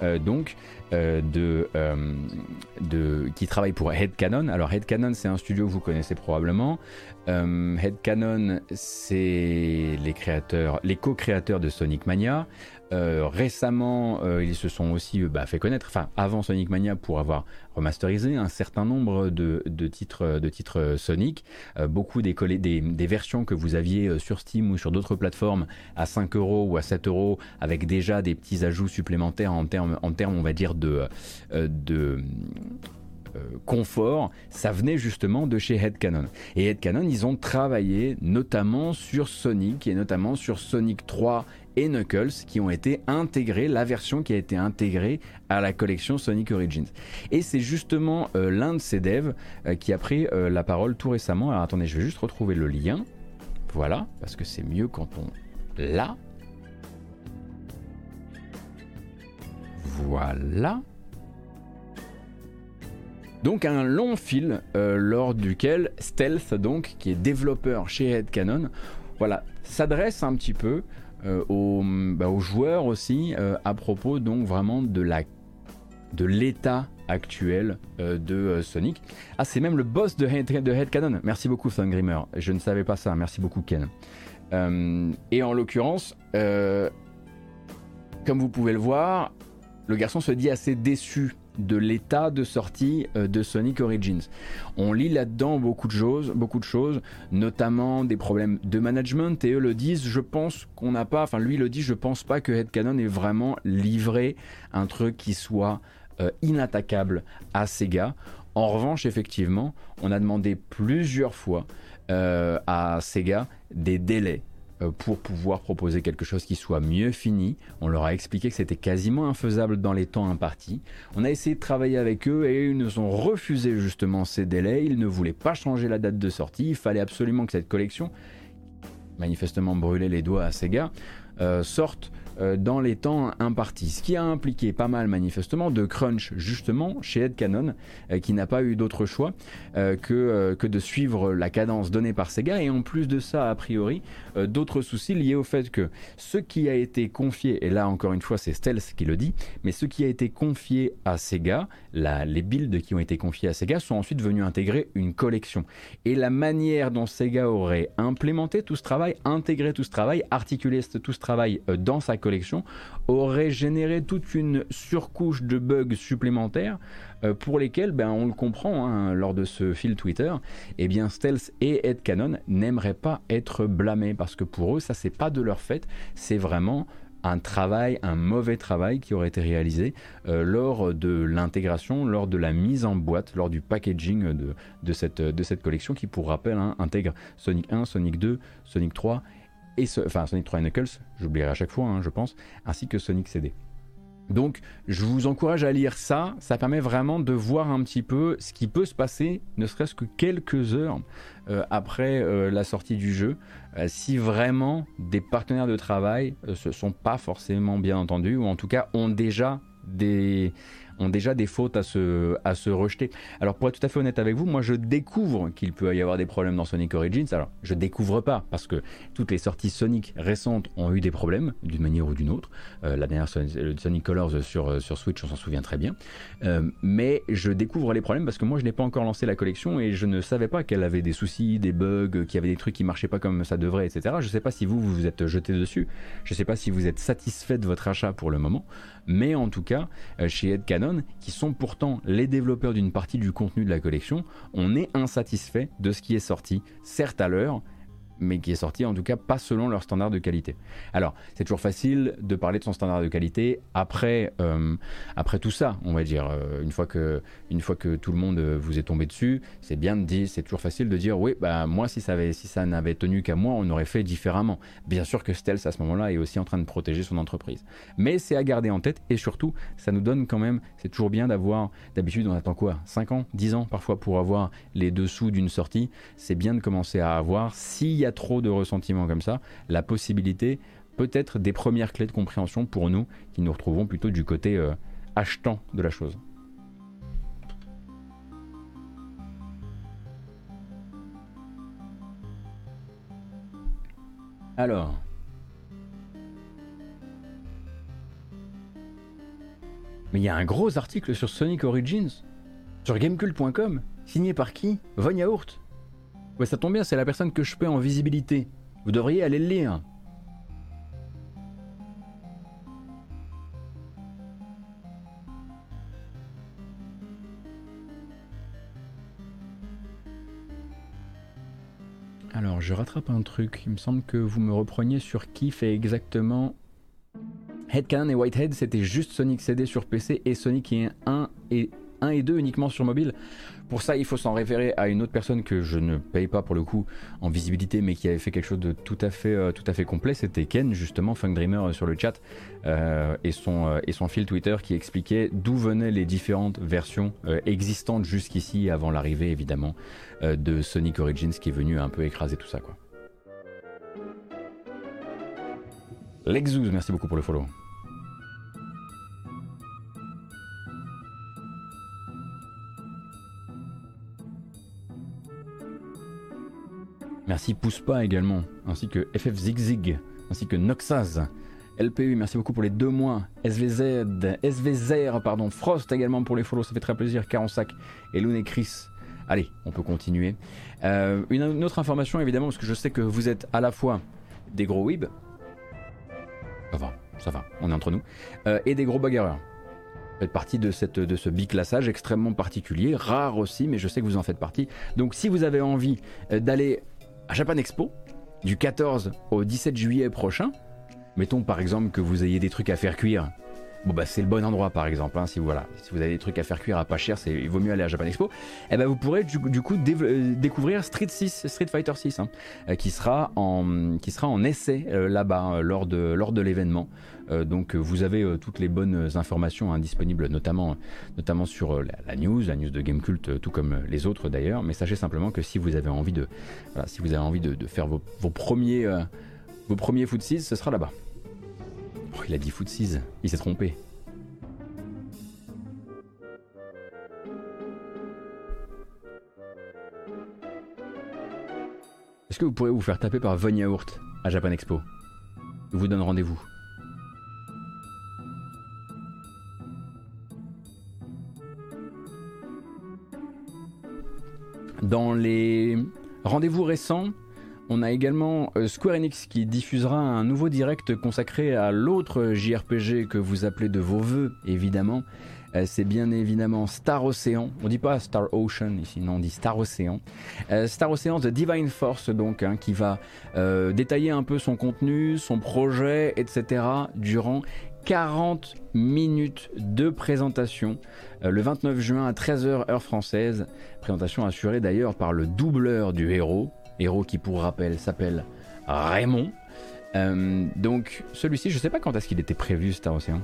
qui travaille pour Headcanon. Alors Headcanon, c'est un studio que vous connaissez probablement. Headcanon, c'est les co-créateurs de Sonic Mania. Récemment, ils se sont aussi fait connaître, avant Sonic Mania, pour avoir remasterisé un certain nombre de titres Sonic. Beaucoup des versions que vous aviez sur Steam ou sur d'autres plateformes à 5€ ou à 7€, avec déjà des petits ajouts supplémentaires en termes, on va dire, de confort, ça venait justement de chez Headcanon. Et Headcanon, ils ont travaillé notamment sur Sonic et notamment sur Sonic 3 et Knuckles, qui ont été intégrés, la version qui a été intégrée à la collection Sonic Origins. Et c'est justement l'un de ces devs qui a pris la parole tout récemment. Alors attendez, je vais juste retrouver le lien. Voilà, parce que c'est mieux quand on l'a. Voilà. Donc un long fil lors duquel Stealth, donc, qui est développeur chez Headcanon, s'adresse un petit peu aux joueurs aussi à propos donc vraiment de l'état actuel de Sonic. Ah, c'est même le boss de Headcanon. Merci beaucoup Thungrimmer, je ne savais pas ça, merci beaucoup Ken. Et en l'occurrence, comme vous pouvez le voir, le garçon se dit assez déçu de l'état de sortie de Sonic Origins. On lit là-dedans beaucoup de choses, notamment des problèmes de management, et eux le disent, je pense qu'on n'a pas, lui le dit, je pense pas que Headcanon ait vraiment livré un truc qui soit inattaquable à Sega. En revanche, effectivement, on a demandé plusieurs fois à Sega des délais pour pouvoir proposer quelque chose qui soit mieux fini. On leur a expliqué que c'était quasiment infaisable dans les temps impartis. On a essayé de travailler avec eux et ils nous ont refusé justement ces délais. Ils ne voulaient pas changer la date de sortie. Il fallait absolument que cette collection, manifestement brûlait les doigts à Sega, sorte dans les temps impartis, ce qui a impliqué pas mal manifestement de crunch justement chez Headcanon, qui n'a pas eu d'autre choix que de suivre la cadence donnée par Sega, et en plus de ça, a priori, d'autres soucis liés au fait que ce qui a été confié, et là encore une fois c'est Stealth qui le dit, mais ce qui a été confié à Sega, les builds qui ont été confiés à Sega sont ensuite venus intégrer une collection, et la manière dont Sega aurait implémenté tout ce travail, intégré tout ce travail, articulé tout ce travail dans sa collection, collection aurait généré toute une surcouche de bugs supplémentaires pour lesquels, on le comprend hein, lors de ce fil Twitter, eh bien Stealth et Headcanon n'aimeraient pas être blâmés parce que pour eux, ça c'est pas de leur fait, c'est vraiment un mauvais travail qui aurait été réalisé lors de l'intégration, lors de la mise en boîte, lors du packaging de cette collection qui, pour rappel, hein, intègre Sonic 1, Sonic 2, Sonic 3, Sonic 3 et Knuckles, j'oublierai à chaque fois, hein, je pense, ainsi que Sonic CD. Donc je vous encourage à lire ça, ça permet vraiment de voir un petit peu ce qui peut se passer, ne serait-ce que quelques heures après la sortie du jeu, si vraiment des partenaires de travail se sont pas forcément bien entendus, ou en tout cas ont déjà des fautes à se rejeter. Alors pour être tout à fait honnête avec vous, moi je découvre qu'il peut y avoir des problèmes dans Sonic Origins. Alors je découvre pas parce que toutes les sorties Sonic récentes ont eu des problèmes d'une manière ou d'une autre. La dernière Sonic Colors sur Switch, on s'en souvient très bien. Mais je découvre les problèmes parce que moi je n'ai pas encore lancé la collection et je ne savais pas qu'elle avait des soucis, des bugs, qu'il y avait des trucs qui marchaient pas comme ça devrait, etc. Je sais pas si vous vous êtes jeté dessus. Je sais pas si vous êtes satisfait de votre achat pour le moment. Mais en tout cas, chez Headcanon, qui sont pourtant les développeurs d'une partie du contenu de la collection, on est insatisfait de ce qui est sorti, certes à l'heure, mais qui est sorti en tout cas pas selon leur standard de qualité. Alors, c'est toujours facile de parler de son standard de qualité après tout ça, on va dire. Une fois que tout le monde vous est tombé dessus, c'est bien de dire, c'est toujours facile de dire oui, moi si ça n'avait tenu qu'à moi, on aurait fait différemment. Bien sûr que Stealth à ce moment-là est aussi en train de protéger son entreprise. Mais c'est à garder en tête et surtout, ça nous donne quand même, c'est toujours bien d'avoir, d'habitude on attend quoi, 5 ans, 10 ans parfois pour avoir les dessous d'une sortie. C'est bien de commencer à avoir, s'il y a trop de ressentiments comme ça, la possibilité peut-être des premières clés de compréhension pour nous qui nous retrouvons plutôt du côté achetant de la chose. Alors, mais il y a un gros article sur Sonic Origins sur Gamecult.com signé par qui? Von Yaourt. Ouais, ça tombe bien, c'est la personne que je paie en visibilité. Vous devriez aller le lire. Alors, je rattrape un truc. Il me semble que vous me repreniez sur qui fait exactement... Headcanon et Whitehead, c'était juste Sonic CD sur PC et Sonic 1 et 2 uniquement sur mobile. Pour ça, il faut s'en référer à une autre personne que je ne paye pas pour le coup en visibilité, mais qui avait fait quelque chose de tout à fait complet. C'était Ken, justement, Funk Dreamer sur le chat, et son fil Twitter qui expliquait d'où venaient les différentes versions existantes jusqu'ici, avant l'arrivée évidemment de Sonic Origins qui est venu un peu écraser tout ça, quoi. Lexus, merci beaucoup pour le follow. Merci Poussepa également, ainsi que FF Zigzig, ainsi que Noxaz, LPU, merci beaucoup pour les 2 mois, SVZR, pardon, Frost également pour les follow, ça fait très plaisir, Carensac et Lune et Chris. Allez, on peut continuer. Une autre information évidemment, parce que je sais que vous êtes à la fois des gros weebs, ça va, on est entre nous, et des gros bagarreurs. Vous faites partie de ce biclassage extrêmement particulier, rare aussi, mais je sais que vous en faites partie. Donc si vous avez envie d'aller à Japan Expo, du 14 au 17 juillet prochain, mettons par exemple que vous ayez des trucs à faire cuire, c'est le bon endroit par exemple, hein, si vous avez des trucs à faire cuire à pas cher, il vaut mieux aller à Japan Expo, et vous pourrez du coup découvrir Street Fighter 6, hein, qui sera en essai là-bas lors de l'événement. Donc vous avez toutes les bonnes informations disponibles notamment sur la news de Gamecult, tout comme les autres d'ailleurs, mais sachez simplement que si vous avez envie de faire vos premiers footsies, ce sera là-bas. Oh, il a dit footsies, il s'est trompé. Est-ce que vous pourrez vous faire taper par Von Yaourt à Japan Expo? Je vous donne rendez-vous. Dans les rendez-vous récents, On a également Square Enix qui diffusera un nouveau direct consacré à l'autre JRPG que vous appelez de vos voeux, évidemment. C'est bien évidemment Star Ocean. On dit pas Star Ocean ici, non, on dit Star Ocean. Star Ocean The Divine Force, donc, qui va détailler un peu son contenu, son projet, etc. durant 40 minutes de présentation le 29 juin à 13h heure française. Présentation assurée d'ailleurs par le doubleur du héros qui pour rappel s'appelle Raymond. Donc celui-ci, je sais pas quand est-ce qu'il était prévu, Star Ocean.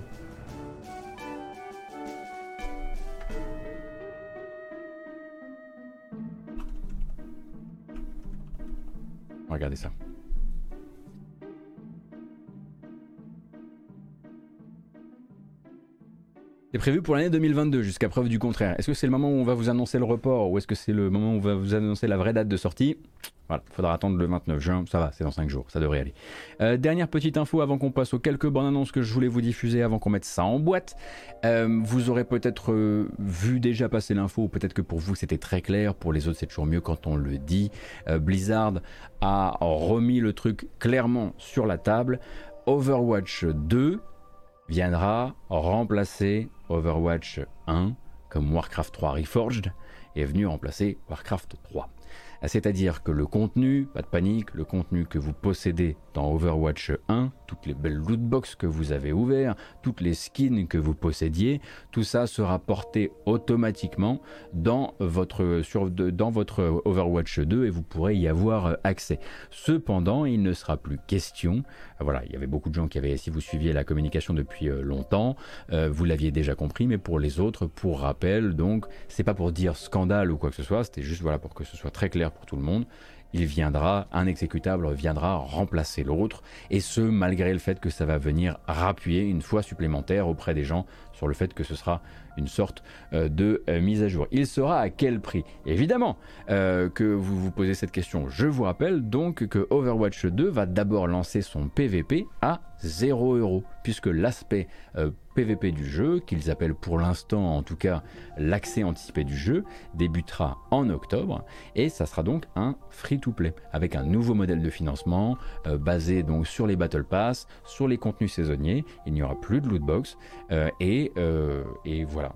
Regardez ça. C'est prévu pour l'année 2022, jusqu'à preuve du contraire. Est-ce que c'est le moment où on va vous annoncer le report ou est-ce que c'est le moment où on va vous annoncer la vraie date de sortie? Voilà, il faudra attendre le 29 juin, ça va, c'est dans 5 jours, ça devrait aller. Dernière petite info avant qu'on passe aux quelques bandes annonces que je voulais vous diffuser avant qu'on mette ça en boîte. Vous aurez peut-être vu déjà passer l'info, ou peut-être que pour vous c'était très clair, pour les autres c'est toujours mieux quand on le dit. Blizzard a remis le truc clairement sur la table. Overwatch 2 viendra remplacer Overwatch 1, comme Warcraft 3 Reforged est venu remplacer Warcraft 3. C'est-à-dire que le contenu, pas de panique, le contenu que vous possédez dans Overwatch 1, toutes les belles lootbox que vous avez ouvertes, toutes les skins que vous possédiez, tout ça sera porté automatiquement dans votre Overwatch 2 et vous pourrez y avoir accès. Cependant, il ne sera plus question, voilà, il y avait beaucoup de gens qui avaient, si vous suiviez la communication depuis longtemps, vous l'aviez déjà compris, mais pour les autres, pour rappel, donc, c'est pas pour dire scandale ou quoi que ce soit, c'était juste voilà, pour que ce soit très clair pour tout le monde. Un exécutable viendra remplacer l'autre, et ce malgré le fait que ça va venir rappuyer une fois supplémentaire auprès des gens sur le fait que ce sera une sorte de mise à jour. Il sera à quel prix? Évidemment que vous vous posez cette question. Je vous rappelle donc que Overwatch 2 va d'abord lancer son PVP à 0€, puisque l'aspect PVP du jeu, qu'ils appellent pour l'instant en tout cas l'accès anticipé du jeu, débutera en octobre, et ça sera donc un free-to-play, avec un nouveau modèle de financement basé donc sur les Battle Pass, sur les contenus saisonniers. Il n'y aura plus de lootbox, et voilà.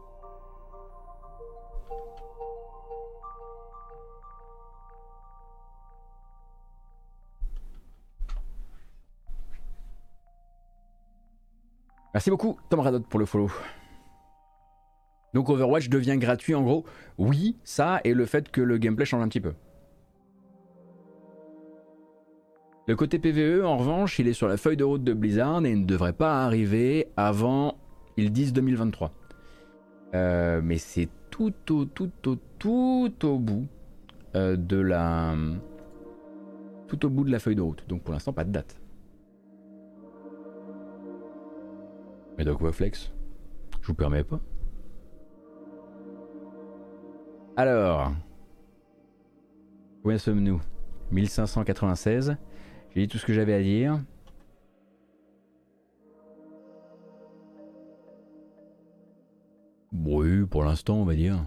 Merci beaucoup Tom Radot pour le follow. Donc Overwatch devient gratuit en gros. Oui, ça et le fait que le gameplay change un petit peu. Le côté PvE en revanche, il est sur la feuille de route de Blizzard et il ne devrait pas arriver avant, ils disent 2023. Mais c'est tout au bout de la feuille de route. Donc pour l'instant pas de date. Mais donc Waflex, je vous permets pas. Alors, où sommes-nous? 1596. J'ai dit tout ce que j'avais à dire. Oui, pour l'instant, on va dire.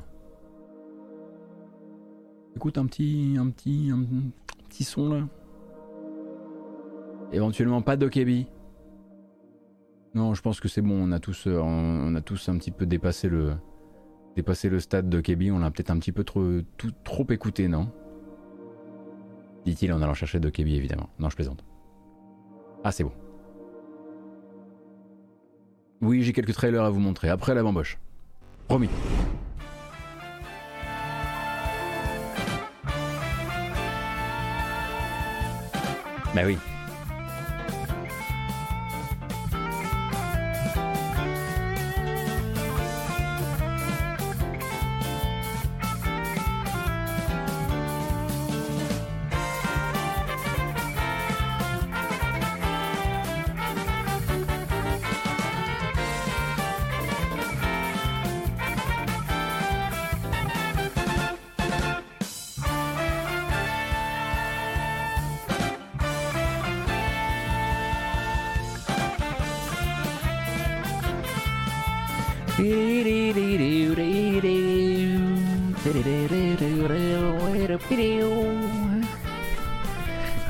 Écoute un petit son là. Éventuellement pas d'Okebi. Non, je pense que c'est bon, on a tous un petit peu dépassé le stade de Kebi, on l'a peut-être un petit peu trop écouté, non? Dit-il en allant chercher de Kebi, évidemment. Non, je plaisante. Ah, c'est bon. Oui, j'ai quelques trailers à vous montrer, après la bamboche. Promis. Bah oui.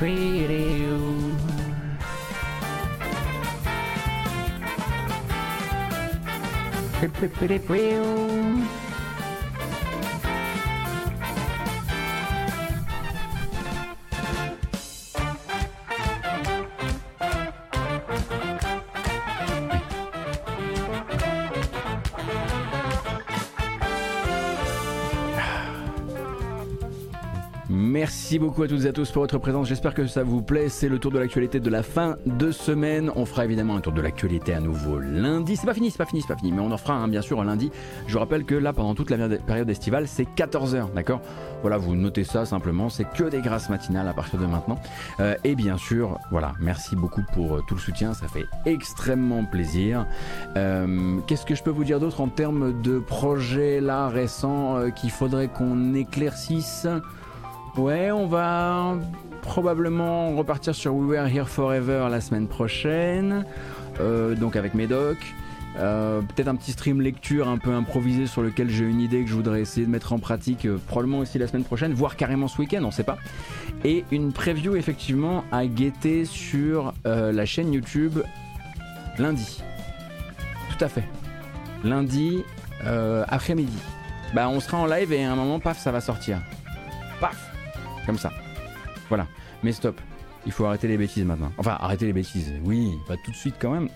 Merci beaucoup à toutes et à tous pour votre présence, j'espère que ça vous plaît, c'est le tour de l'actualité de la fin de semaine, on fera évidemment un tour de l'actualité à nouveau lundi, c'est pas fini, mais on en fera un bien sûr un lundi, je vous rappelle que là pendant toute la période estivale c'est 14h, d'accord? Voilà, vous notez ça simplement, c'est que des grâces matinales à partir de maintenant, et bien sûr, voilà, merci beaucoup pour tout le soutien, ça fait extrêmement plaisir. Qu'est-ce que je peux vous dire d'autre en termes de projets là récents qu'il faudrait qu'on éclaircisse? Ouais, on va probablement repartir sur We Were Here Forever la semaine prochaine, donc avec Médoc. Peut-être un petit stream lecture un peu improvisé sur lequel j'ai une idée que je voudrais essayer de mettre en pratique probablement aussi la semaine prochaine, voire carrément ce week-end, on sait pas. Et une preview effectivement à guetter sur la chaîne YouTube lundi. Tout à fait. Lundi après-midi. Bah on sera en live et à un moment, paf, ça va sortir. Paf! Comme ça. Voilà. Mais stop. Il faut arrêter les bêtises maintenant. Enfin, arrêter les bêtises. Oui, pas tout de suite quand même.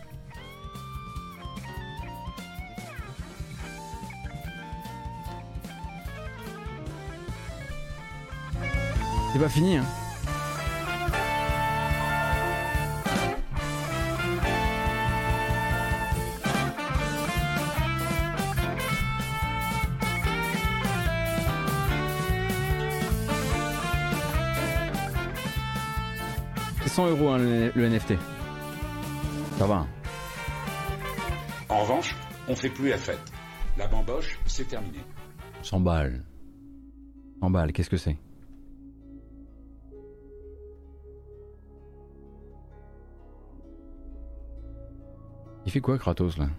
C'est pas fini, hein. C'est 100 € hein, le NFT. Ça va. En revanche, on fait plus la fête. La bamboche, c'est terminé. 100 balles. 100 balles, qu'est-ce que c'est? Il fait quoi Kratos là?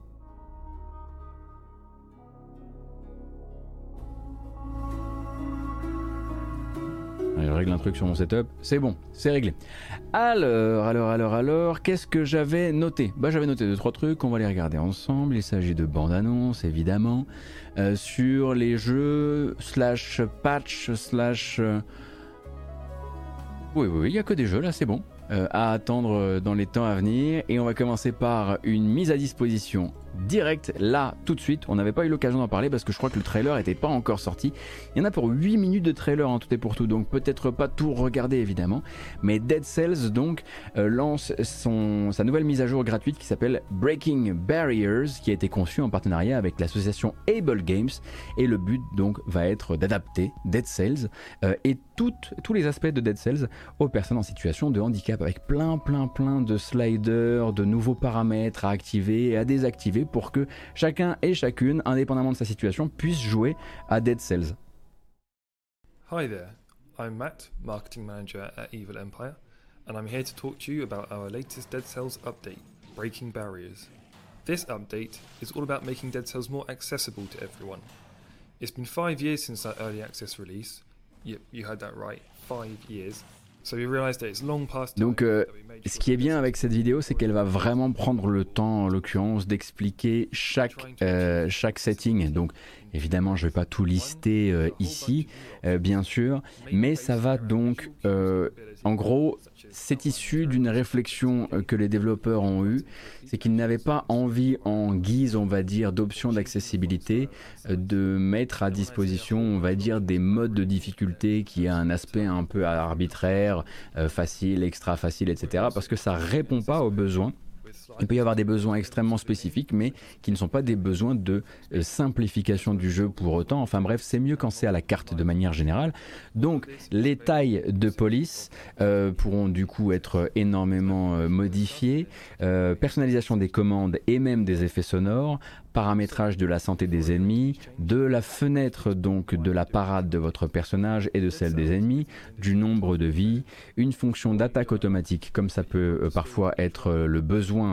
Je règle un truc sur mon setup, c'est bon, c'est réglé. Alors, qu'est-ce que j'avais noté? Bah j'avais noté 2-3 trucs, on va les regarder ensemble. Il s'agit de bande-annonce évidemment, sur les jeux / patch / Oui, il n'y a que des jeux là, c'est bon. À attendre dans les temps à venir. Et on va commencer par une mise à disposition directe, là, tout de suite. On n'avait pas eu l'occasion d'en parler parce que je crois que le trailer n'était pas encore sorti. Il y en a pour 8 minutes de trailer en tout et pour tout, donc peut-être pas tout regarder évidemment. Mais Dead Cells donc lance sa nouvelle mise à jour gratuite qui s'appelle Breaking Barriers, qui a été conçue en partenariat avec l'association Able Games. Et le but donc va être d'adapter Dead Cells et tous les aspects de Dead Cells aux personnes en situation de handicap, avec plein de sliders, de nouveaux paramètres à activer et à désactiver pour que chacun et chacune, indépendamment de sa situation, puisse jouer à Dead Cells. Hi there, I'm Matt, Marketing Manager at Evil Empire, and I'm here to talk to you about our latest Dead Cells update, Breaking Barriers. This update is all about making Dead Cells more accessible to everyone. It's been 5 years since that early access release. Yep, you heard that right, 5 years. So we realized that it's long past time. Donc, ce qui est bien avec cette vidéo, c'est qu'elle va vraiment prendre le temps, en l'occurrence, d'expliquer chaque setting. Donc, évidemment, je ne vais pas tout lister ici, bien sûr, mais ça va donc, en gros, c'est issu d'une réflexion que les développeurs ont eue, c'est qu'ils n'avaient pas envie, en guise, on va dire, d'options d'accessibilité, de mettre à disposition, on va dire, des modes de difficulté qui a un aspect un peu arbitraire, facile, extra facile, etc. Parce que ça répond pas aux besoins. Il peut y avoir des besoins extrêmement spécifiques, mais qui ne sont pas des besoins de simplification du jeu pour autant. Enfin bref, c'est mieux quand c'est à la carte de manière générale. Donc les tailles de police pourront du coup être énormément modifiées. Personnalisation des commandes et même des effets sonores. Paramétrage de la santé des ennemis, de la fenêtre donc de la parade de votre personnage et de celle des ennemis, du nombre de vies, une fonction d'attaque automatique comme ça peut parfois être le besoin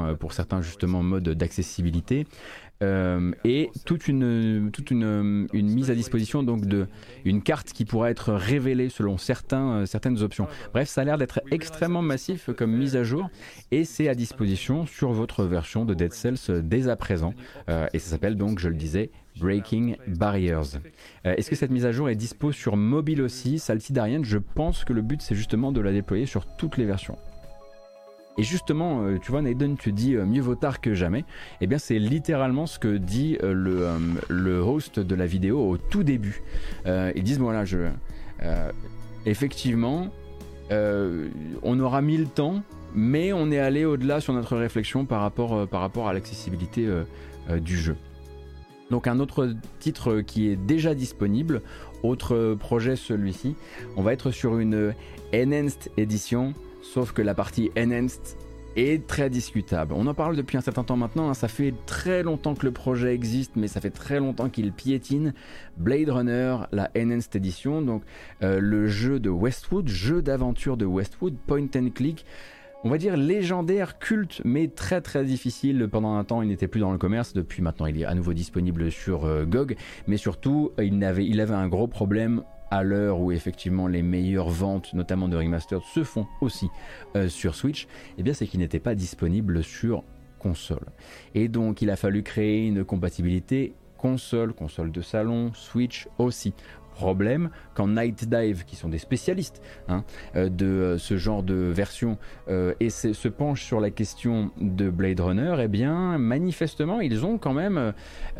pour certains justement modes d'accessibilité. Et toute une mise à disposition donc une carte qui pourra être révélée selon certaines options. Bref, ça a l'air d'être extrêmement massif comme mise à jour et c'est à disposition sur votre version de Dead Cells dès à présent. Et ça s'appelle donc, je le disais, Breaking Barriers. Est-ce que cette mise à jour est dispo sur mobile aussi? Saltidarian, je pense que le but c'est justement de la déployer sur toutes les versions. Et justement, tu vois, Nathan, tu dis mieux vaut tard que jamais. Eh bien, c'est littéralement ce que dit le host de la vidéo au tout début. Ils disent, voilà, effectivement, on aura mis le temps, mais on est allé au-delà sur notre réflexion par rapport à l'accessibilité du jeu. Donc un autre titre qui est déjà disponible, autre projet celui-ci, on va être sur une Enhanced Edition. Sauf que la partie Enhanced est très discutable. On en parle depuis un certain temps maintenant, hein. Ça fait très longtemps que le projet existe, mais ça fait très longtemps qu'il piétine. Blade Runner, la Enhanced Edition, donc le jeu de Westwood, jeu d'aventure de Westwood, point and click, on va dire légendaire, culte, mais très très difficile. Pendant un temps, il n'était plus dans le commerce, depuis maintenant il est à nouveau disponible sur GOG, mais surtout, il avait un gros problème à l'heure où effectivement les meilleures ventes, notamment de remastered, se font aussi sur Switch, eh bien c'est qu'il n'était pas disponible sur console. Et donc il a fallu créer une compatibilité console de salon, Switch aussi. Problème, quand Night Dive, qui sont des spécialistes de ce genre de version, se penchent sur la question de Blade Runner, eh bien manifestement ils ont quand même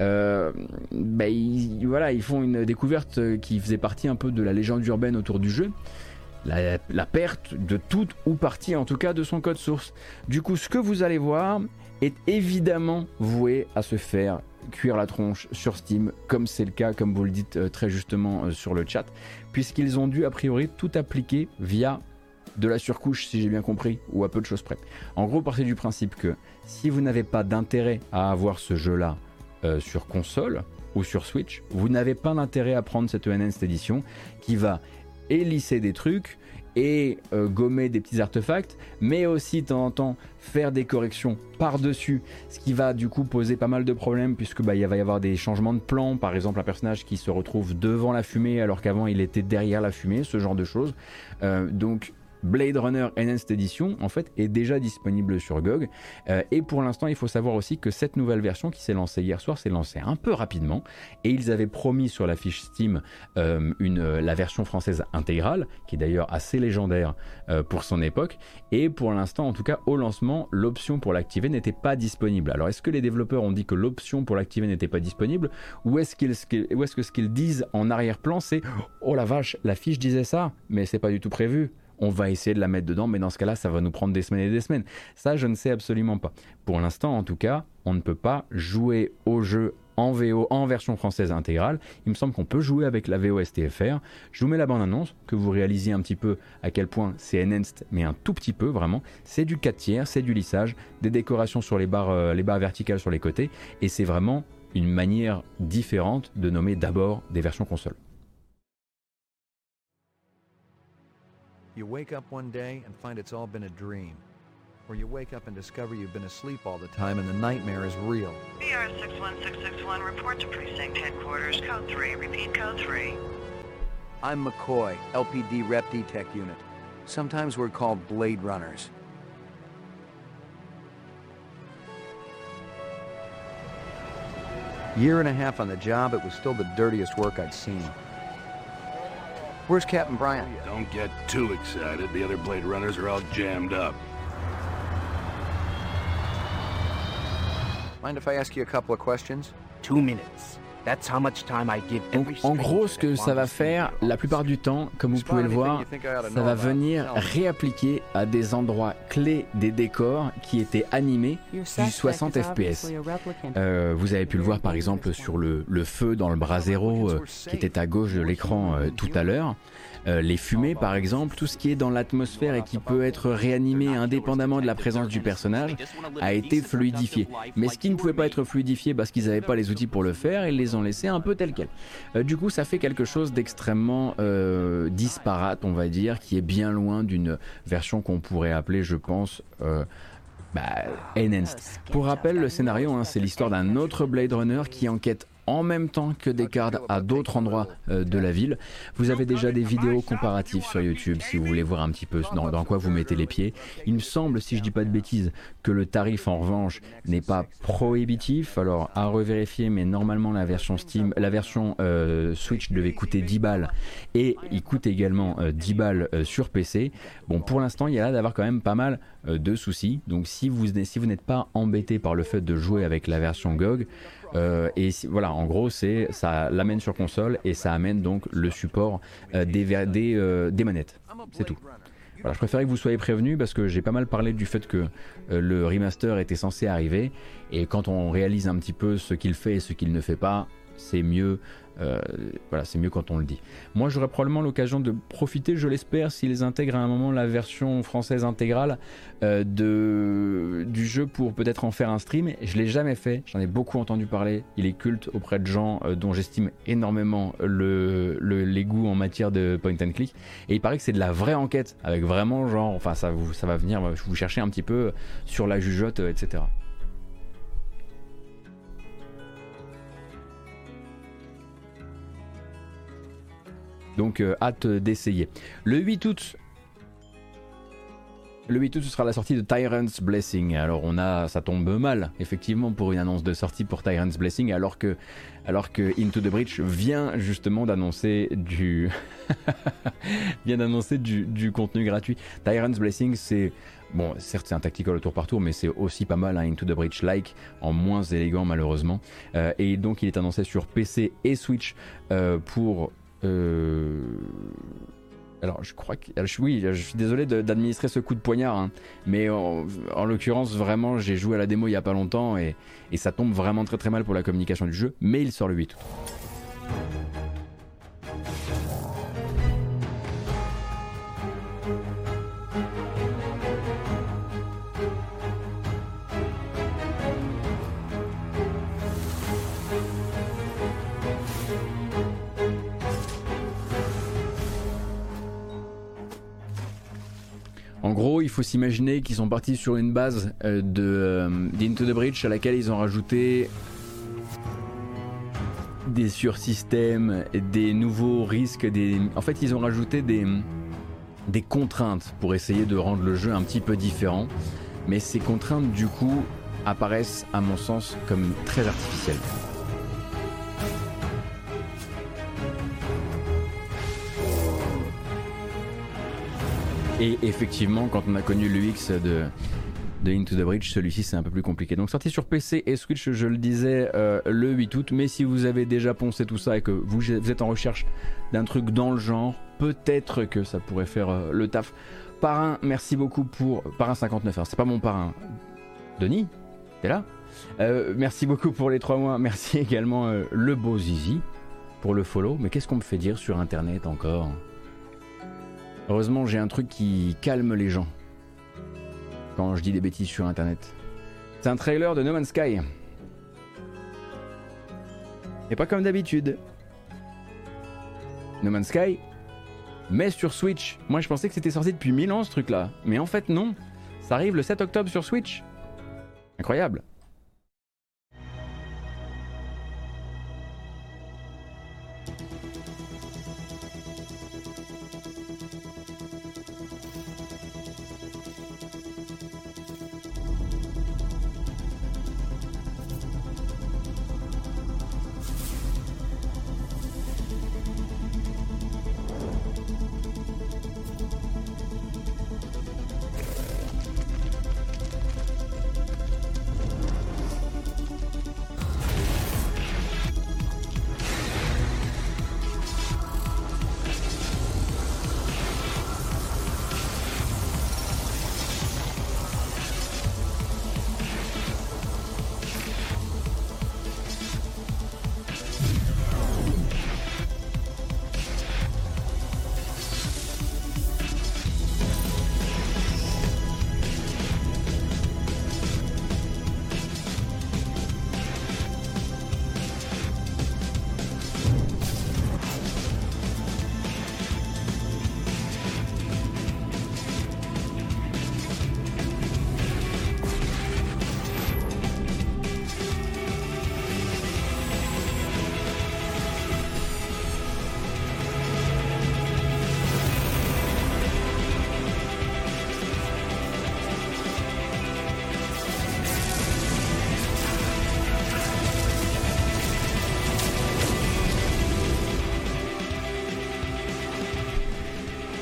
ils font une découverte qui faisait partie un peu de la légende urbaine autour du jeu, la perte de toute ou partie en tout cas de son code source. Du coup, ce que vous allez voir est évidemment voué à se faire cuire la tronche sur Steam, comme c'est le cas, comme vous le dites très justement sur le chat, puisqu'ils ont dû a priori tout appliquer via de la surcouche, si j'ai bien compris, ou à peu de choses près. En gros, partez du principe que si vous n'avez pas d'intérêt à avoir ce jeu-là sur console ou sur Switch, vous n'avez pas d'intérêt à prendre cette Enhanced Edition qui va lisser des trucs et gommer des petits artefacts, mais aussi de temps en temps faire des corrections par-dessus, ce qui va du coup poser pas mal de problèmes, puisque il va y avoir des changements de plan, par exemple un personnage qui se retrouve devant la fumée alors qu'avant il était derrière la fumée, ce genre de choses. Donc Blade Runner Enhanced Edition en fait est déjà disponible sur GOG et pour l'instant il faut savoir aussi que cette nouvelle version qui s'est lancée hier soir s'est lancée un peu rapidement et ils avaient promis sur la fiche Steam la version française intégrale qui est d'ailleurs assez légendaire pour son époque, et pour l'instant en tout cas au lancement l'option pour l'activer n'était pas disponible. Alors est-ce que les développeurs ont dit que l'option pour l'activer n'était pas disponible, ou est-ce que ce qu'ils disent en arrière-plan c'est oh la vache, la fiche disait ça mais c'est pas du tout prévu, on va essayer de la mettre dedans, mais dans ce cas-là, ça va nous prendre des semaines et des semaines. Ça, je ne sais absolument pas. Pour l'instant, en tout cas, on ne peut pas jouer au jeu en VO, en version française intégrale. Il me semble qu'on peut jouer avec la VO STFR. Je vous mets la bande-annonce, que vous réalisiez un petit peu à quel point c'est enhanced, mais un tout petit peu, vraiment. C'est du 4/3, c'est du lissage, des décorations sur les barres verticales sur les côtés, et c'est vraiment une manière différente de nommer d'abord des versions console. You wake up one day and find it's all been a dream. Or you wake up and discover you've been asleep all the time and the nightmare is real. BR 61661, report to precinct headquarters, code 3, repeat code 3. I'm McCoy, LPD Rep Detect Unit. Sometimes we're called Blade Runners. Year and a half on the job, it was still the dirtiest work I'd seen. Where's Captain Bryant? Don't get too excited. The other Blade Runners are all jammed up. Mind if I ask you a couple of questions? 2 minutes. That's how much time I give every En gros, ce que ça va faire, la plupart du temps, comme vous pouvez le voir, ça va venir réappliquer à des endroits clés des décors qui étaient animés du 60 FPS. Vous avez pu le voir par exemple sur le feu dans le brasero qui était à gauche de l'écran tout à l'heure. Les fumées par exemple, tout ce qui est dans l'atmosphère et qui peut être réanimé indépendamment de la présence du personnage a été fluidifié. Mais ce qui ne pouvait pas être fluidifié parce qu'ils n'avaient pas les outils pour le faire, ils les ont laissés un peu tel quel. Du coup ça fait quelque chose d'extrêmement disparate on va dire, qui est bien loin d'une version qu'on pourrait appeler je pense Enhanced. Pour rappel, le scénario, c'est l'histoire d'un autre Blade Runner qui enquête en même temps que Deckard à d'autres endroits de la ville. Vous avez déjà des vidéos comparatives sur YouTube si vous voulez voir un petit peu dans quoi vous mettez les pieds. Il me semble, si je dis pas de bêtises, que le tarif en revanche n'est pas prohibitif. Alors à revérifier, mais normalement la version Switch devait coûter 10 balles et il coûte également 10 balles sur PC. Bon, pour l'instant, il y a là d'avoir quand même pas mal de soucis. Donc si vous n'êtes pas embêté par le fait de jouer avec la version GOG, voilà, en gros, ça l'amène sur console et ça amène donc le support des manettes. C'est tout. Voilà, je préférais que vous soyez prévenus parce que j'ai pas mal parlé du fait que le remaster était censé arriver et quand on réalise un petit peu ce qu'il fait et ce qu'il ne fait pas, c'est mieux. Voilà, c'est mieux quand on le dit. Moi, j'aurai probablement l'occasion de profiter, je l'espère, s'ils intègrent à un moment la version française intégrale du jeu pour peut-être en faire un stream. Je l'ai jamais fait, j'en ai beaucoup entendu parler. Il est culte auprès de gens dont j'estime énormément les goûts en matière de point and click. Et il paraît que c'est de la vraie enquête, avec vraiment genre, enfin ça va venir vous chercher un petit peu sur la jugeote, etc. Donc hâte d'essayer. Le 8 août, ce sera la sortie de Tyrant's Blessing. Alors ça tombe mal, effectivement, pour une annonce de sortie pour Tyrant's Blessing, alors que Into the Breach vient justement d'annoncer du contenu gratuit. Tyrant's Blessing, c'est bon, certes c'est un tactical au tour par tour, mais c'est aussi pas mal, Into the Breach-like, en moins élégant malheureusement. Et donc il est annoncé sur PC et Switch pour... Alors je crois que... Oui, je suis désolé d'administrer ce coup de poignard, mais en l'occurrence vraiment j'ai joué à la démo il y a pas longtemps et ça tombe vraiment très très mal pour la communication du jeu, mais il sort le 8 août. En gros, il faut s'imaginer qu'ils sont partis sur une base d'Into the Breach à laquelle ils ont rajouté des sursystèmes, des nouveaux risques, en fait ils ont rajouté des contraintes pour essayer de rendre le jeu un petit peu différent. Mais ces contraintes du coup apparaissent à mon sens comme très artificielles. Et effectivement, quand on a connu l'UX de Into the Breach, celui-ci c'est un peu plus compliqué. Donc sorti sur PC et Switch, je le disais, le 8 août. Mais si vous avez déjà poncé tout ça et que vous êtes en recherche d'un truc dans le genre, peut-être que ça pourrait faire le taf. Parrain, merci beaucoup pour... Parrain 59, alors c'est pas mon parrain. Denis, t'es là? Merci beaucoup pour les 3 mois. Merci également le beau Zizi pour le follow. Mais qu'est-ce qu'on me fait dire sur internet encore? Heureusement, j'ai un truc qui calme les gens quand je dis des bêtises sur internet. C'est un trailer de No Man's Sky. Et pas comme d'habitude. No Man's Sky, mais sur Switch. Moi, je pensais que c'était sorti depuis 1000 ans ce truc-là. Mais en fait, non. Ça arrive le 7 octobre sur Switch. Incroyable.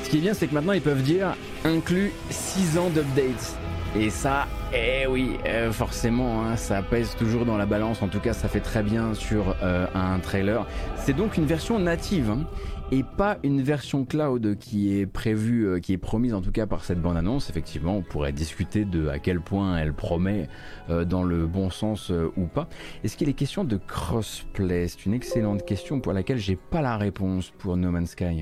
Ce qui est bien, c'est que maintenant ils peuvent dire inclus 6 ans d'updates. Et ça, oui, forcément, hein, ça pèse toujours dans la balance. En tout cas, ça fait très bien sur un trailer. C'est donc une version native, hein, et pas une version cloud qui est prévue, qui est promise en tout cas par cette bande-annonce. Effectivement, on pourrait discuter de à quel point elle promet dans le bon sens ou pas. Est-ce qu'il est question de crossplay? C'est une excellente question pour laquelle j'ai pas la réponse pour No Man's Sky.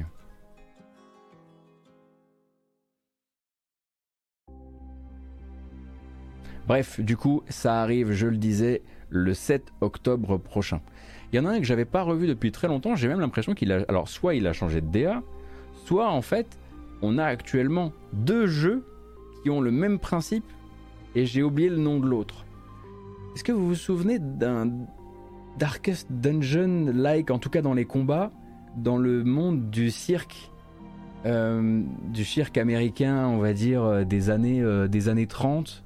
Bref, du coup, ça arrive, je le disais, le 7 octobre prochain. Il y en a un que j'avais pas revu depuis très longtemps, j'ai même l'impression qu'il a... Alors, soit il a changé de DA, soit en fait, on a actuellement 2 jeux qui ont le même principe, et j'ai oublié le nom de l'autre. Est-ce que vous vous souvenez d'un Darkest Dungeon-like, en tout cas dans les combats, dans le monde du cirque américain, on va dire, des années 30?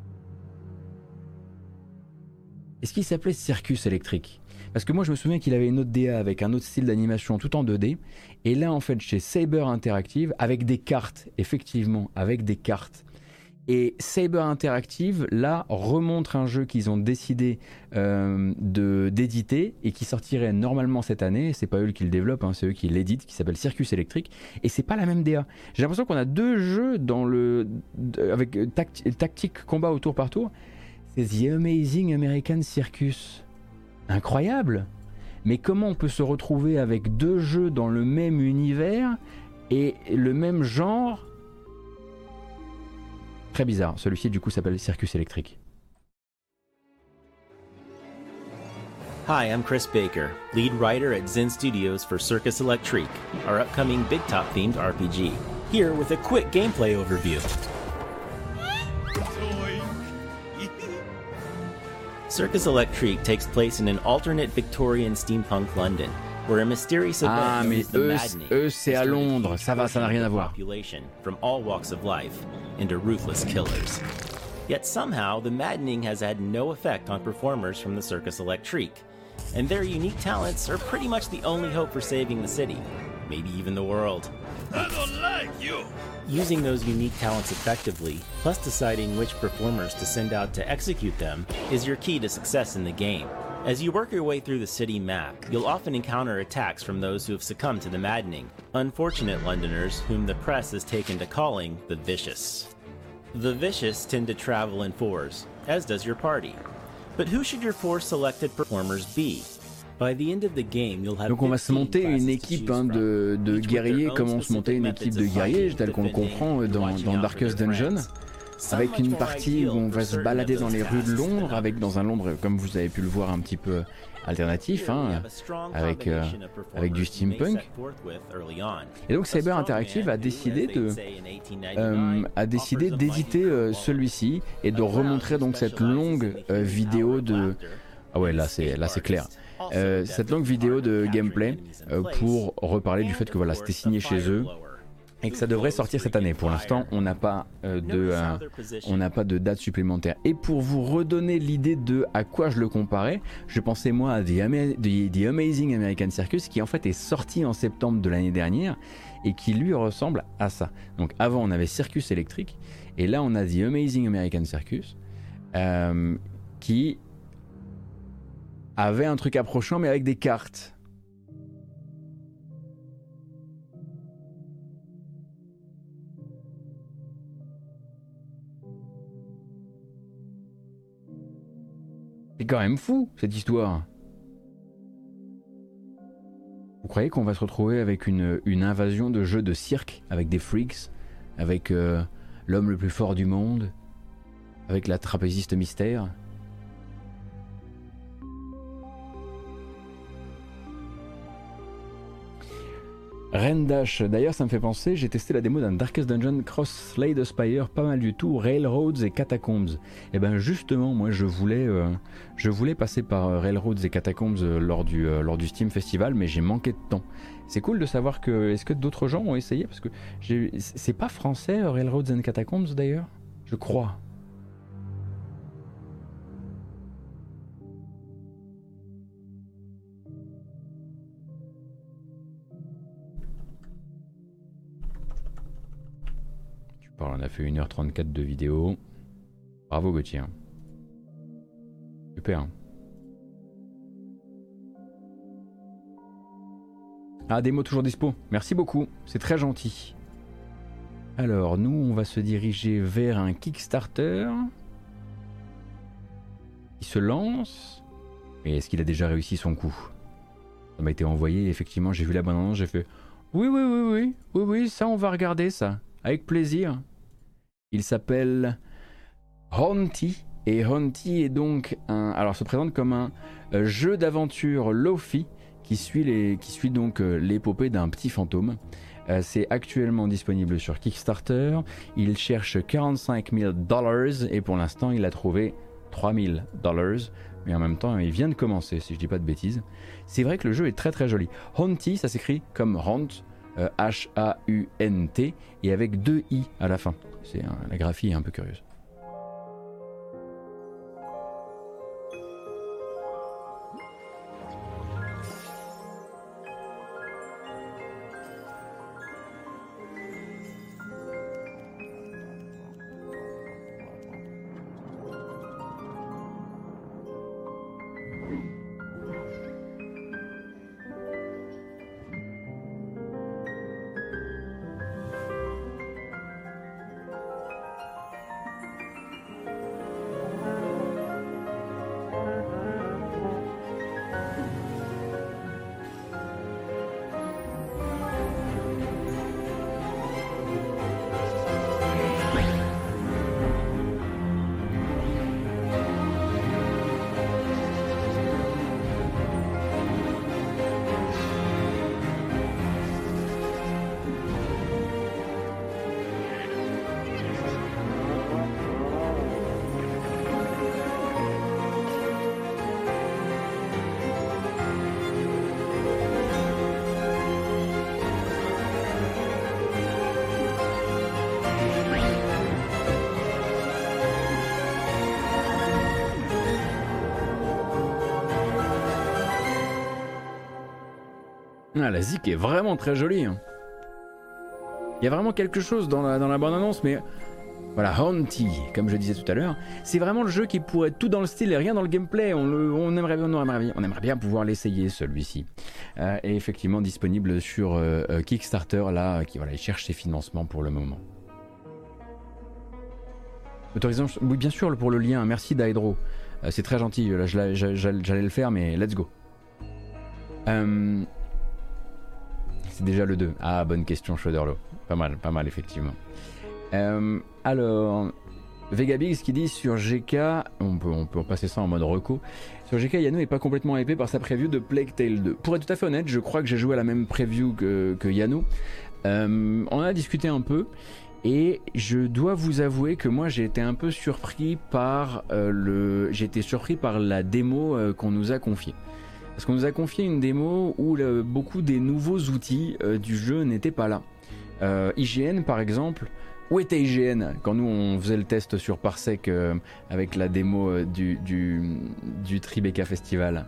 Est-ce qu'il s'appelait Circus Electric? Parce que moi je me souviens qu'il avait une autre DA avec un autre style d'animation tout en 2D. Et là en fait chez Saber Interactive, avec des cartes, effectivement, avec des cartes. Et Saber Interactive, là, remontre un jeu qu'ils ont décidé d'éditer et qui sortirait normalement cette année. C'est pas eux qui le développent, hein, c'est eux qui l'éditent, qui s'appelle Circus Electric. Et c'est pas la même DA. J'ai l'impression qu'on a 2 jeux avec tactique combat au tour par tour. C'est The Amazing American Circus. Incroyable! Mais comment on peut se retrouver avec 2 jeux dans le même univers et le même genre? Très bizarre. Celui-ci, du coup, s'appelle Circus Electric. Hi, I'm Chris Baker, lead writer at Zen Studios for Circus Electric, our upcoming Big Top themed RPG. Here with a quick gameplay overview. Circus Electric takes place in an alternate Victorian steampunk London, where a mysterious event Ah, mais is the maddening eux c'est à Londres, ça va, ça n'a rien à voir. population from all walks of life into ruthless killers. Yet somehow the maddening has had no effect on performers from the Circus Electric, and their unique talents are pretty much the only hope for saving the city, maybe even the world. I don't like you! Using those unique talents effectively, plus deciding which performers to send out to execute them, is your key to success in the game. As you work your way through the city map, you'll often encounter attacks from those who have succumbed to the maddening, unfortunate Londoners whom the press has taken to calling the Vicious. The Vicious tend to travel in 4s, as does your party. But who should your 4 selected performers be? By the end of the game, you'll have Donc on va se monter une équipe de guerriers, comme on se montait une équipe de guerriers, tel qu'on le comprend dans Darkest Dungeon, avec une partie où on va se balader dans les rues de Londres, avec dans un Londres, comme vous avez pu le voir, un petit peu alternatif, hein, avec du steampunk. Et donc Saber Interactive a décidé d'éditer celui-ci et de remontrer donc cette longue vidéo de... Ah ouais, là c'est clair. Cette longue vidéo de gameplay pour reparler du fait que voilà, c'était signé chez eux et que ça devrait sortir cette année. Pour l'instant, on n'a pas de date supplémentaire. Et pour vous redonner l'idée de à quoi je le comparais, je pensais moi à The Amazing American Circus, qui en fait est sorti en septembre de l'année dernière et qui lui ressemble à ça. Donc avant on avait Circus Electric et là on a The Amazing American Circus qui avait un truc approchant mais avec des cartes. C'est quand même fou cette histoire. Vous croyez qu'on va se retrouver avec une invasion de jeux de cirque avec des freaks, avec l'homme le plus fort du monde, avec la trapéziste mystère? Rendash, d'ailleurs ça me fait penser, j'ai testé la démo d'un Darkest Dungeon Cross Slade Spire, pas mal du tout, Railroads et Catacombs. Et ben justement moi je voulais passer par Railroads et Catacombs lors du Steam Festival, mais j'ai manqué de temps. C'est cool de savoir que, est-ce que d'autres gens ont essayé, parce que c'est pas français Railroads and Catacombs d'ailleurs, je crois. Bon, on a fait 1h34 de vidéo. Bravo Gauthier. Super. Ah, démo toujours dispo. Merci beaucoup, c'est très gentil. Alors, nous, on va se diriger vers un Kickstarter qui se lance. Et est-ce qu'il a déjà réussi son coup? Ça m'a été envoyé, effectivement, j'ai vu la bande-annonce, j'ai fait oui, ça, on va regarder ça, avec plaisir. Il s'appelle Haunty, et Haunty est donc se présente comme un jeu d'aventure Lo-fi qui suit donc l'épopée d'un petit fantôme. C'est actuellement disponible sur Kickstarter. Il cherche $45,000 et pour l'instant il a trouvé $3,000. Mais en même temps il vient de commencer, si je dis pas de bêtises. C'est vrai que le jeu est très très joli. Haunty, ça s'écrit comme Haunt, H-A-U-N-T, et avec 2 I à la fin. La graphie est un peu curieuse. Ah, la zik est vraiment très jolie. Il y a vraiment quelque chose dans la bande-annonce, mais voilà, Haunty, comme je disais tout à l'heure, c'est vraiment le jeu qui pourrait être tout dans le style et rien dans le gameplay. On aimerait bien pouvoir l'essayer, celui-ci. Et effectivement disponible sur Kickstarter, là, il cherche ses financements pour le moment. Autorisation, oui, bien sûr, pour le lien. Merci Daedro. C'est très gentil. Là, j'allais le faire, mais let's go. C'est déjà le 2. Ah, bonne question, Shudderlo. Pas mal, effectivement. Alors, Vegabix qui dit sur GK, on peut passer ça en mode reco. Sur GK, Yano n'est pas complètement hypé par sa preview de Plague Tale 2. Pour être tout à fait honnête, je crois que j'ai joué à la même preview que Yano. On a discuté un peu. Et je dois vous avouer que moi j'ai été un peu surpris par la démo qu'on nous a confiée. Parce qu'on nous a confié une démo où beaucoup des nouveaux outils du jeu n'étaient pas là. IGN par exemple, où était IGN quand nous on faisait le test sur Parsec avec la démo du Tribeca Festival.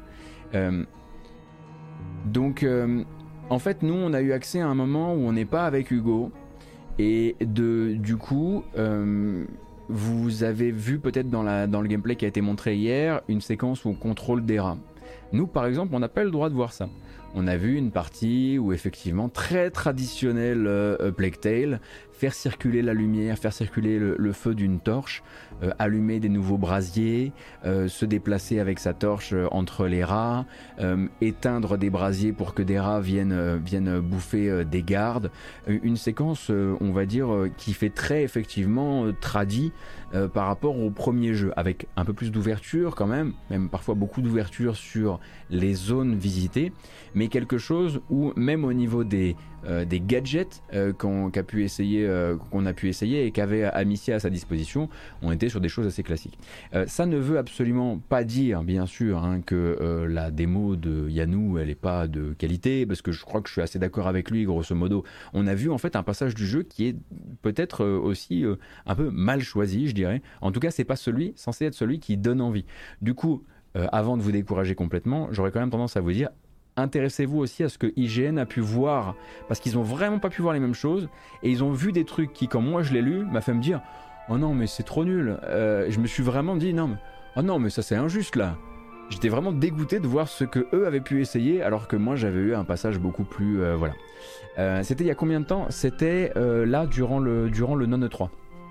Donc en fait nous on a eu accès à un moment où on n'est pas avec Hugo et du coup vous avez vu peut-être dans le gameplay qui a été montré hier une séquence où on contrôle des rats. Nous, par exemple, on n'a pas le droit de voir ça. On a vu une partie où, effectivement, très traditionnel Plague Tale, faire circuler la lumière, faire circuler le feu d'une torche, allumer des nouveaux brasiers, se déplacer avec sa torche entre les rats, éteindre des brasiers pour que des rats viennent bouffer des gardes. Une séquence, on va dire, qui fait très, effectivement, tradit par rapport au premier jeu, avec un peu plus d'ouverture quand même parfois beaucoup d'ouverture sur les zones visitées, mais quelque chose où même au niveau des gadgets qu'on a pu essayer et qu'avait Amicia à sa disposition, on était sur des choses assez classiques. Ça ne veut absolument pas dire, bien sûr, que la démo de Yanou, elle n'est pas de qualité, parce que je crois que je suis assez d'accord avec lui, grosso modo. On a vu en fait un passage du jeu qui est peut-être aussi un peu mal choisi, je dirais. En tout cas, c'est pas censé être celui qui donne envie. Du coup, avant de vous décourager complètement, j'aurais quand même tendance à vous dire, intéressez-vous aussi à ce que IGN a pu voir, parce qu'ils ont vraiment pas pu voir les mêmes choses, et ils ont vu des trucs qui, quand moi je l'ai lu, m'a fait me dire oh non mais c'est trop nul. Je me suis vraiment dit non mais, oh non mais ça c'est injuste là. J'étais vraiment dégoûté de voir ce que eux avaient pu essayer, alors que moi j'avais eu un passage beaucoup plus voilà. C'était il y a combien de temps? C'était là durant le non E3.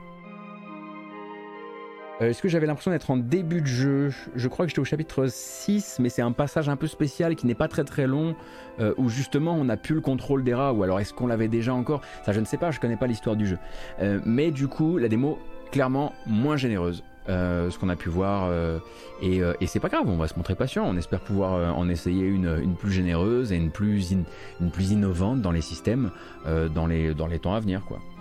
Est-ce que j'avais l'impression d'être en début de jeu? Je crois que j'étais au chapitre 6, mais c'est un passage un peu spécial qui n'est pas très très long, où justement on n'a plus le contrôle des rats, ou alors est-ce qu'on l'avait déjà encore? Ça je ne sais pas, je connais pas l'histoire du jeu. Mais du coup, la démo, clairement moins généreuse. Ce qu'on a pu voir, et c'est pas grave, on va se montrer patient, on espère pouvoir en essayer une plus généreuse et une plus innovante dans les systèmes dans les temps à venir, quoi.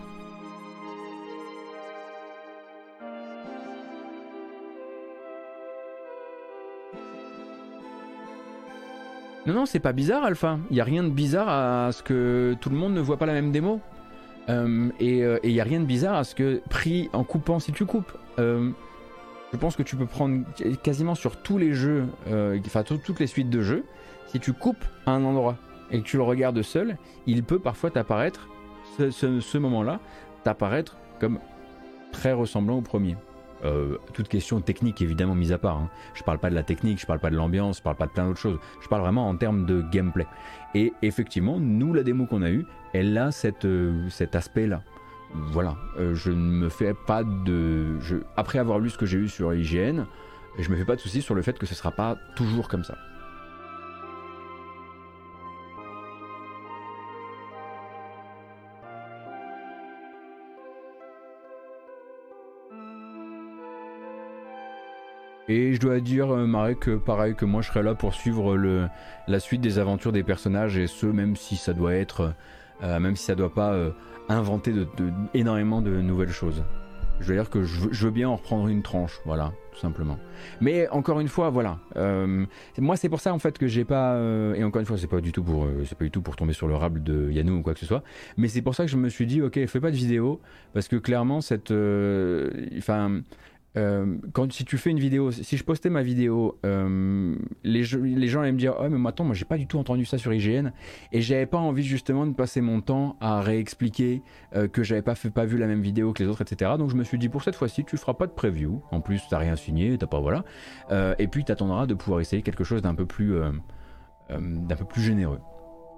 Non, c'est pas bizarre, Alpha. Il n'y a rien de bizarre à ce que tout le monde ne voit pas la même démo. Et il n'y a rien de bizarre à ce que, pris en coupant, si tu coupes, je pense que tu peux prendre quasiment sur tous les jeux, enfin toutes les suites de jeux, si tu coupes à un endroit et que tu le regardes seul, il peut parfois t'apparaître, ce moment-là, t'apparaître comme très ressemblant au premier. Toute question technique évidemment mise à part, hein. Je parle pas de la technique, je parle pas de l'ambiance, je parle pas de plein d'autres choses, je parle vraiment en termes de gameplay. Et effectivement, nous, la démo qu'on a eue, elle a cet aspect là. Voilà, je ne me fais pas de... Après avoir lu ce que j'ai eu sur IGN, je me fais pas de soucis sur le fait que ce sera pas toujours comme ça. Et je dois dire, Marek, que pareil que moi je serai là pour suivre la suite des aventures des personnages, et ce même si ça doit être, même si ça doit pas inventer énormément de nouvelles choses. Je veux dire que je veux bien en reprendre une tranche, voilà, tout simplement. Mais encore une fois, voilà, moi c'est pour ça en fait que j'ai pas, et encore une fois c'est pas du tout pour tomber sur le rable de Yannou ou quoi que ce soit, mais c'est pour ça que je me suis dit ok, fais pas de vidéo, parce que clairement cette, si tu fais une vidéo, si je postais ma vidéo, les gens allaient me dire oh mais attends, moi j'ai pas du tout entendu ça sur IGN, et j'avais pas envie justement de passer mon temps à réexpliquer que j'avais pas vu la même vidéo que les autres, etc. Donc je me suis dit pour cette fois-ci tu feras pas de preview, en plus t'as rien signé, t'as pas voilà, et puis t'attendras de pouvoir essayer quelque chose d'un peu plus généreux.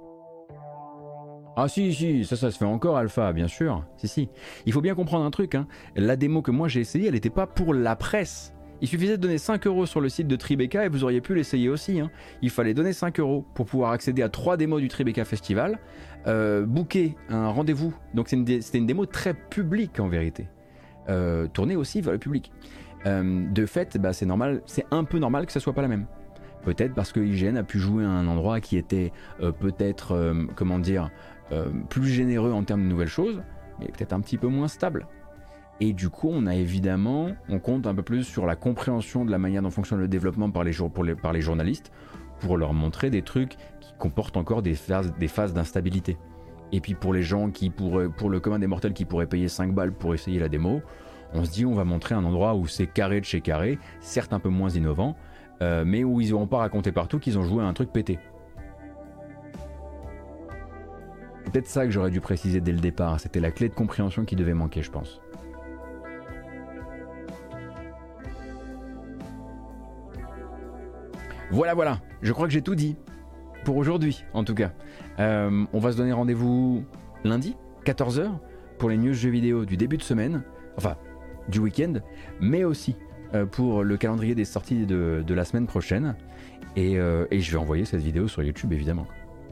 Ah si, ça se fait encore, Alpha, bien sûr. Si. Il faut bien comprendre un truc, hein. La démo que moi j'ai essayée, elle n'était pas pour la presse. Il suffisait de donner 5 € sur le site de Tribeca et vous auriez pu l'essayer aussi, hein. Il fallait donner 5 € pour pouvoir accéder à 3 démos du Tribeca Festival, booker un rendez-vous. Donc c'était une démo très publique en vérité. Tournée aussi vers le public. De fait, bah, c'est normal, c'est un peu normal que ça soit pas la même. Peut-être parce que IGN a pu jouer à un endroit qui était peut-être, plus généreux en termes de nouvelles choses, mais peut-être un petit peu moins stable. Et du coup, on compte un peu plus sur la compréhension de la manière dont fonctionne le développement par les journalistes, pour leur montrer des trucs qui comportent encore des phases d'instabilité. Et puis pour les gens pour le commun des mortels qui pourraient payer 5 balles pour essayer la démo, on se dit on va montrer un endroit où c'est carré de chez carré, certes un peu moins innovant, mais où ils n'auront pas raconté partout qu'ils ont joué à un truc pété. C'est peut-être ça que j'aurais dû préciser dès le départ, c'était la clé de compréhension qui devait manquer, je pense. Voilà, je crois que j'ai tout dit, pour aujourd'hui en tout cas. On va se donner rendez-vous lundi, 14 h, pour les news jeux vidéo du début de semaine, enfin du week-end, mais aussi pour le calendrier des sorties de la semaine prochaine. Et je vais envoyer cette vidéo sur YouTube évidemment.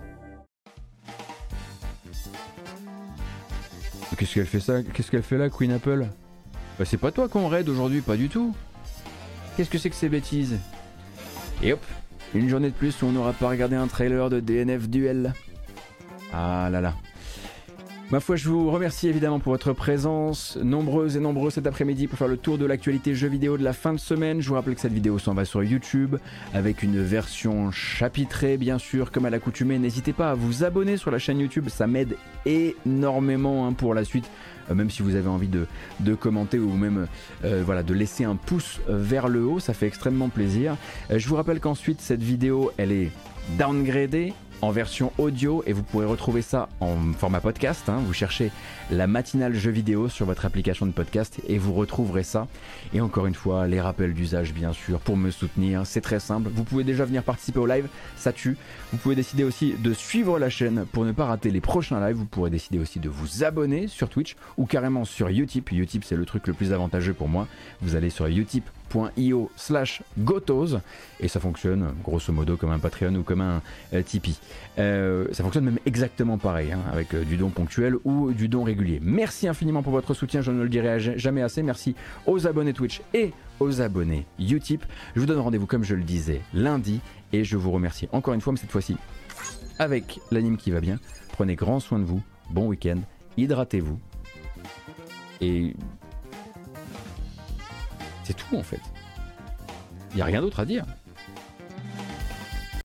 Qu'est-ce qu'elle fait là, Queen Apple? Bah, c'est pas toi qu'on raid aujourd'hui, pas du tout. Qu'est-ce que c'est que ces bêtises? Et hop, une journée de plus où on n'aura pas regardé un trailer de DNF Duel. Ah là là. Ma foi, je vous remercie évidemment pour votre présence, nombreuses et nombreux cet après-midi pour faire le tour de l'actualité jeux vidéo de la fin de semaine. Je vous rappelle que cette vidéo s'en va sur YouTube avec une version chapitrée, bien sûr, comme à l'accoutumée. N'hésitez pas à vous abonner sur la chaîne YouTube, ça m'aide énormément pour la suite. Même si vous avez envie de commenter ou même voilà, de laisser un pouce vers le haut, ça fait extrêmement plaisir. Je vous rappelle qu'ensuite cette vidéo elle est downgradée en version audio et vous pourrez retrouver ça en format podcast. Vous cherchez la matinale jeux vidéo sur votre application de podcast et vous retrouverez ça. Et encore une fois, les rappels d'usage bien sûr pour me soutenir, c'est très simple. Vous pouvez déjà venir participer au live, ça tue. Vous pouvez décider aussi de suivre la chaîne pour ne pas rater les prochains lives. Vous pourrez décider aussi de vous abonner sur Twitch ou carrément sur Utip. Utip c'est le truc le plus avantageux pour moi. Vous allez sur utip.io/gotos et ça fonctionne grosso modo comme un Patreon ou comme un Tipeee. Ça fonctionne même exactement pareil avec du don ponctuel ou du don régulier. Merci infiniment pour votre soutien, je ne le dirai jamais assez. Merci aux abonnés Twitch et aux abonnés Utip. Je vous donne rendez-vous comme je le disais lundi et je vous remercie encore une fois, mais cette fois-ci avec l'anime qui va bien. Prenez grand soin de vous, bon week-end, hydratez-vous et c'est tout en fait. Il n'y a rien d'autre à dire.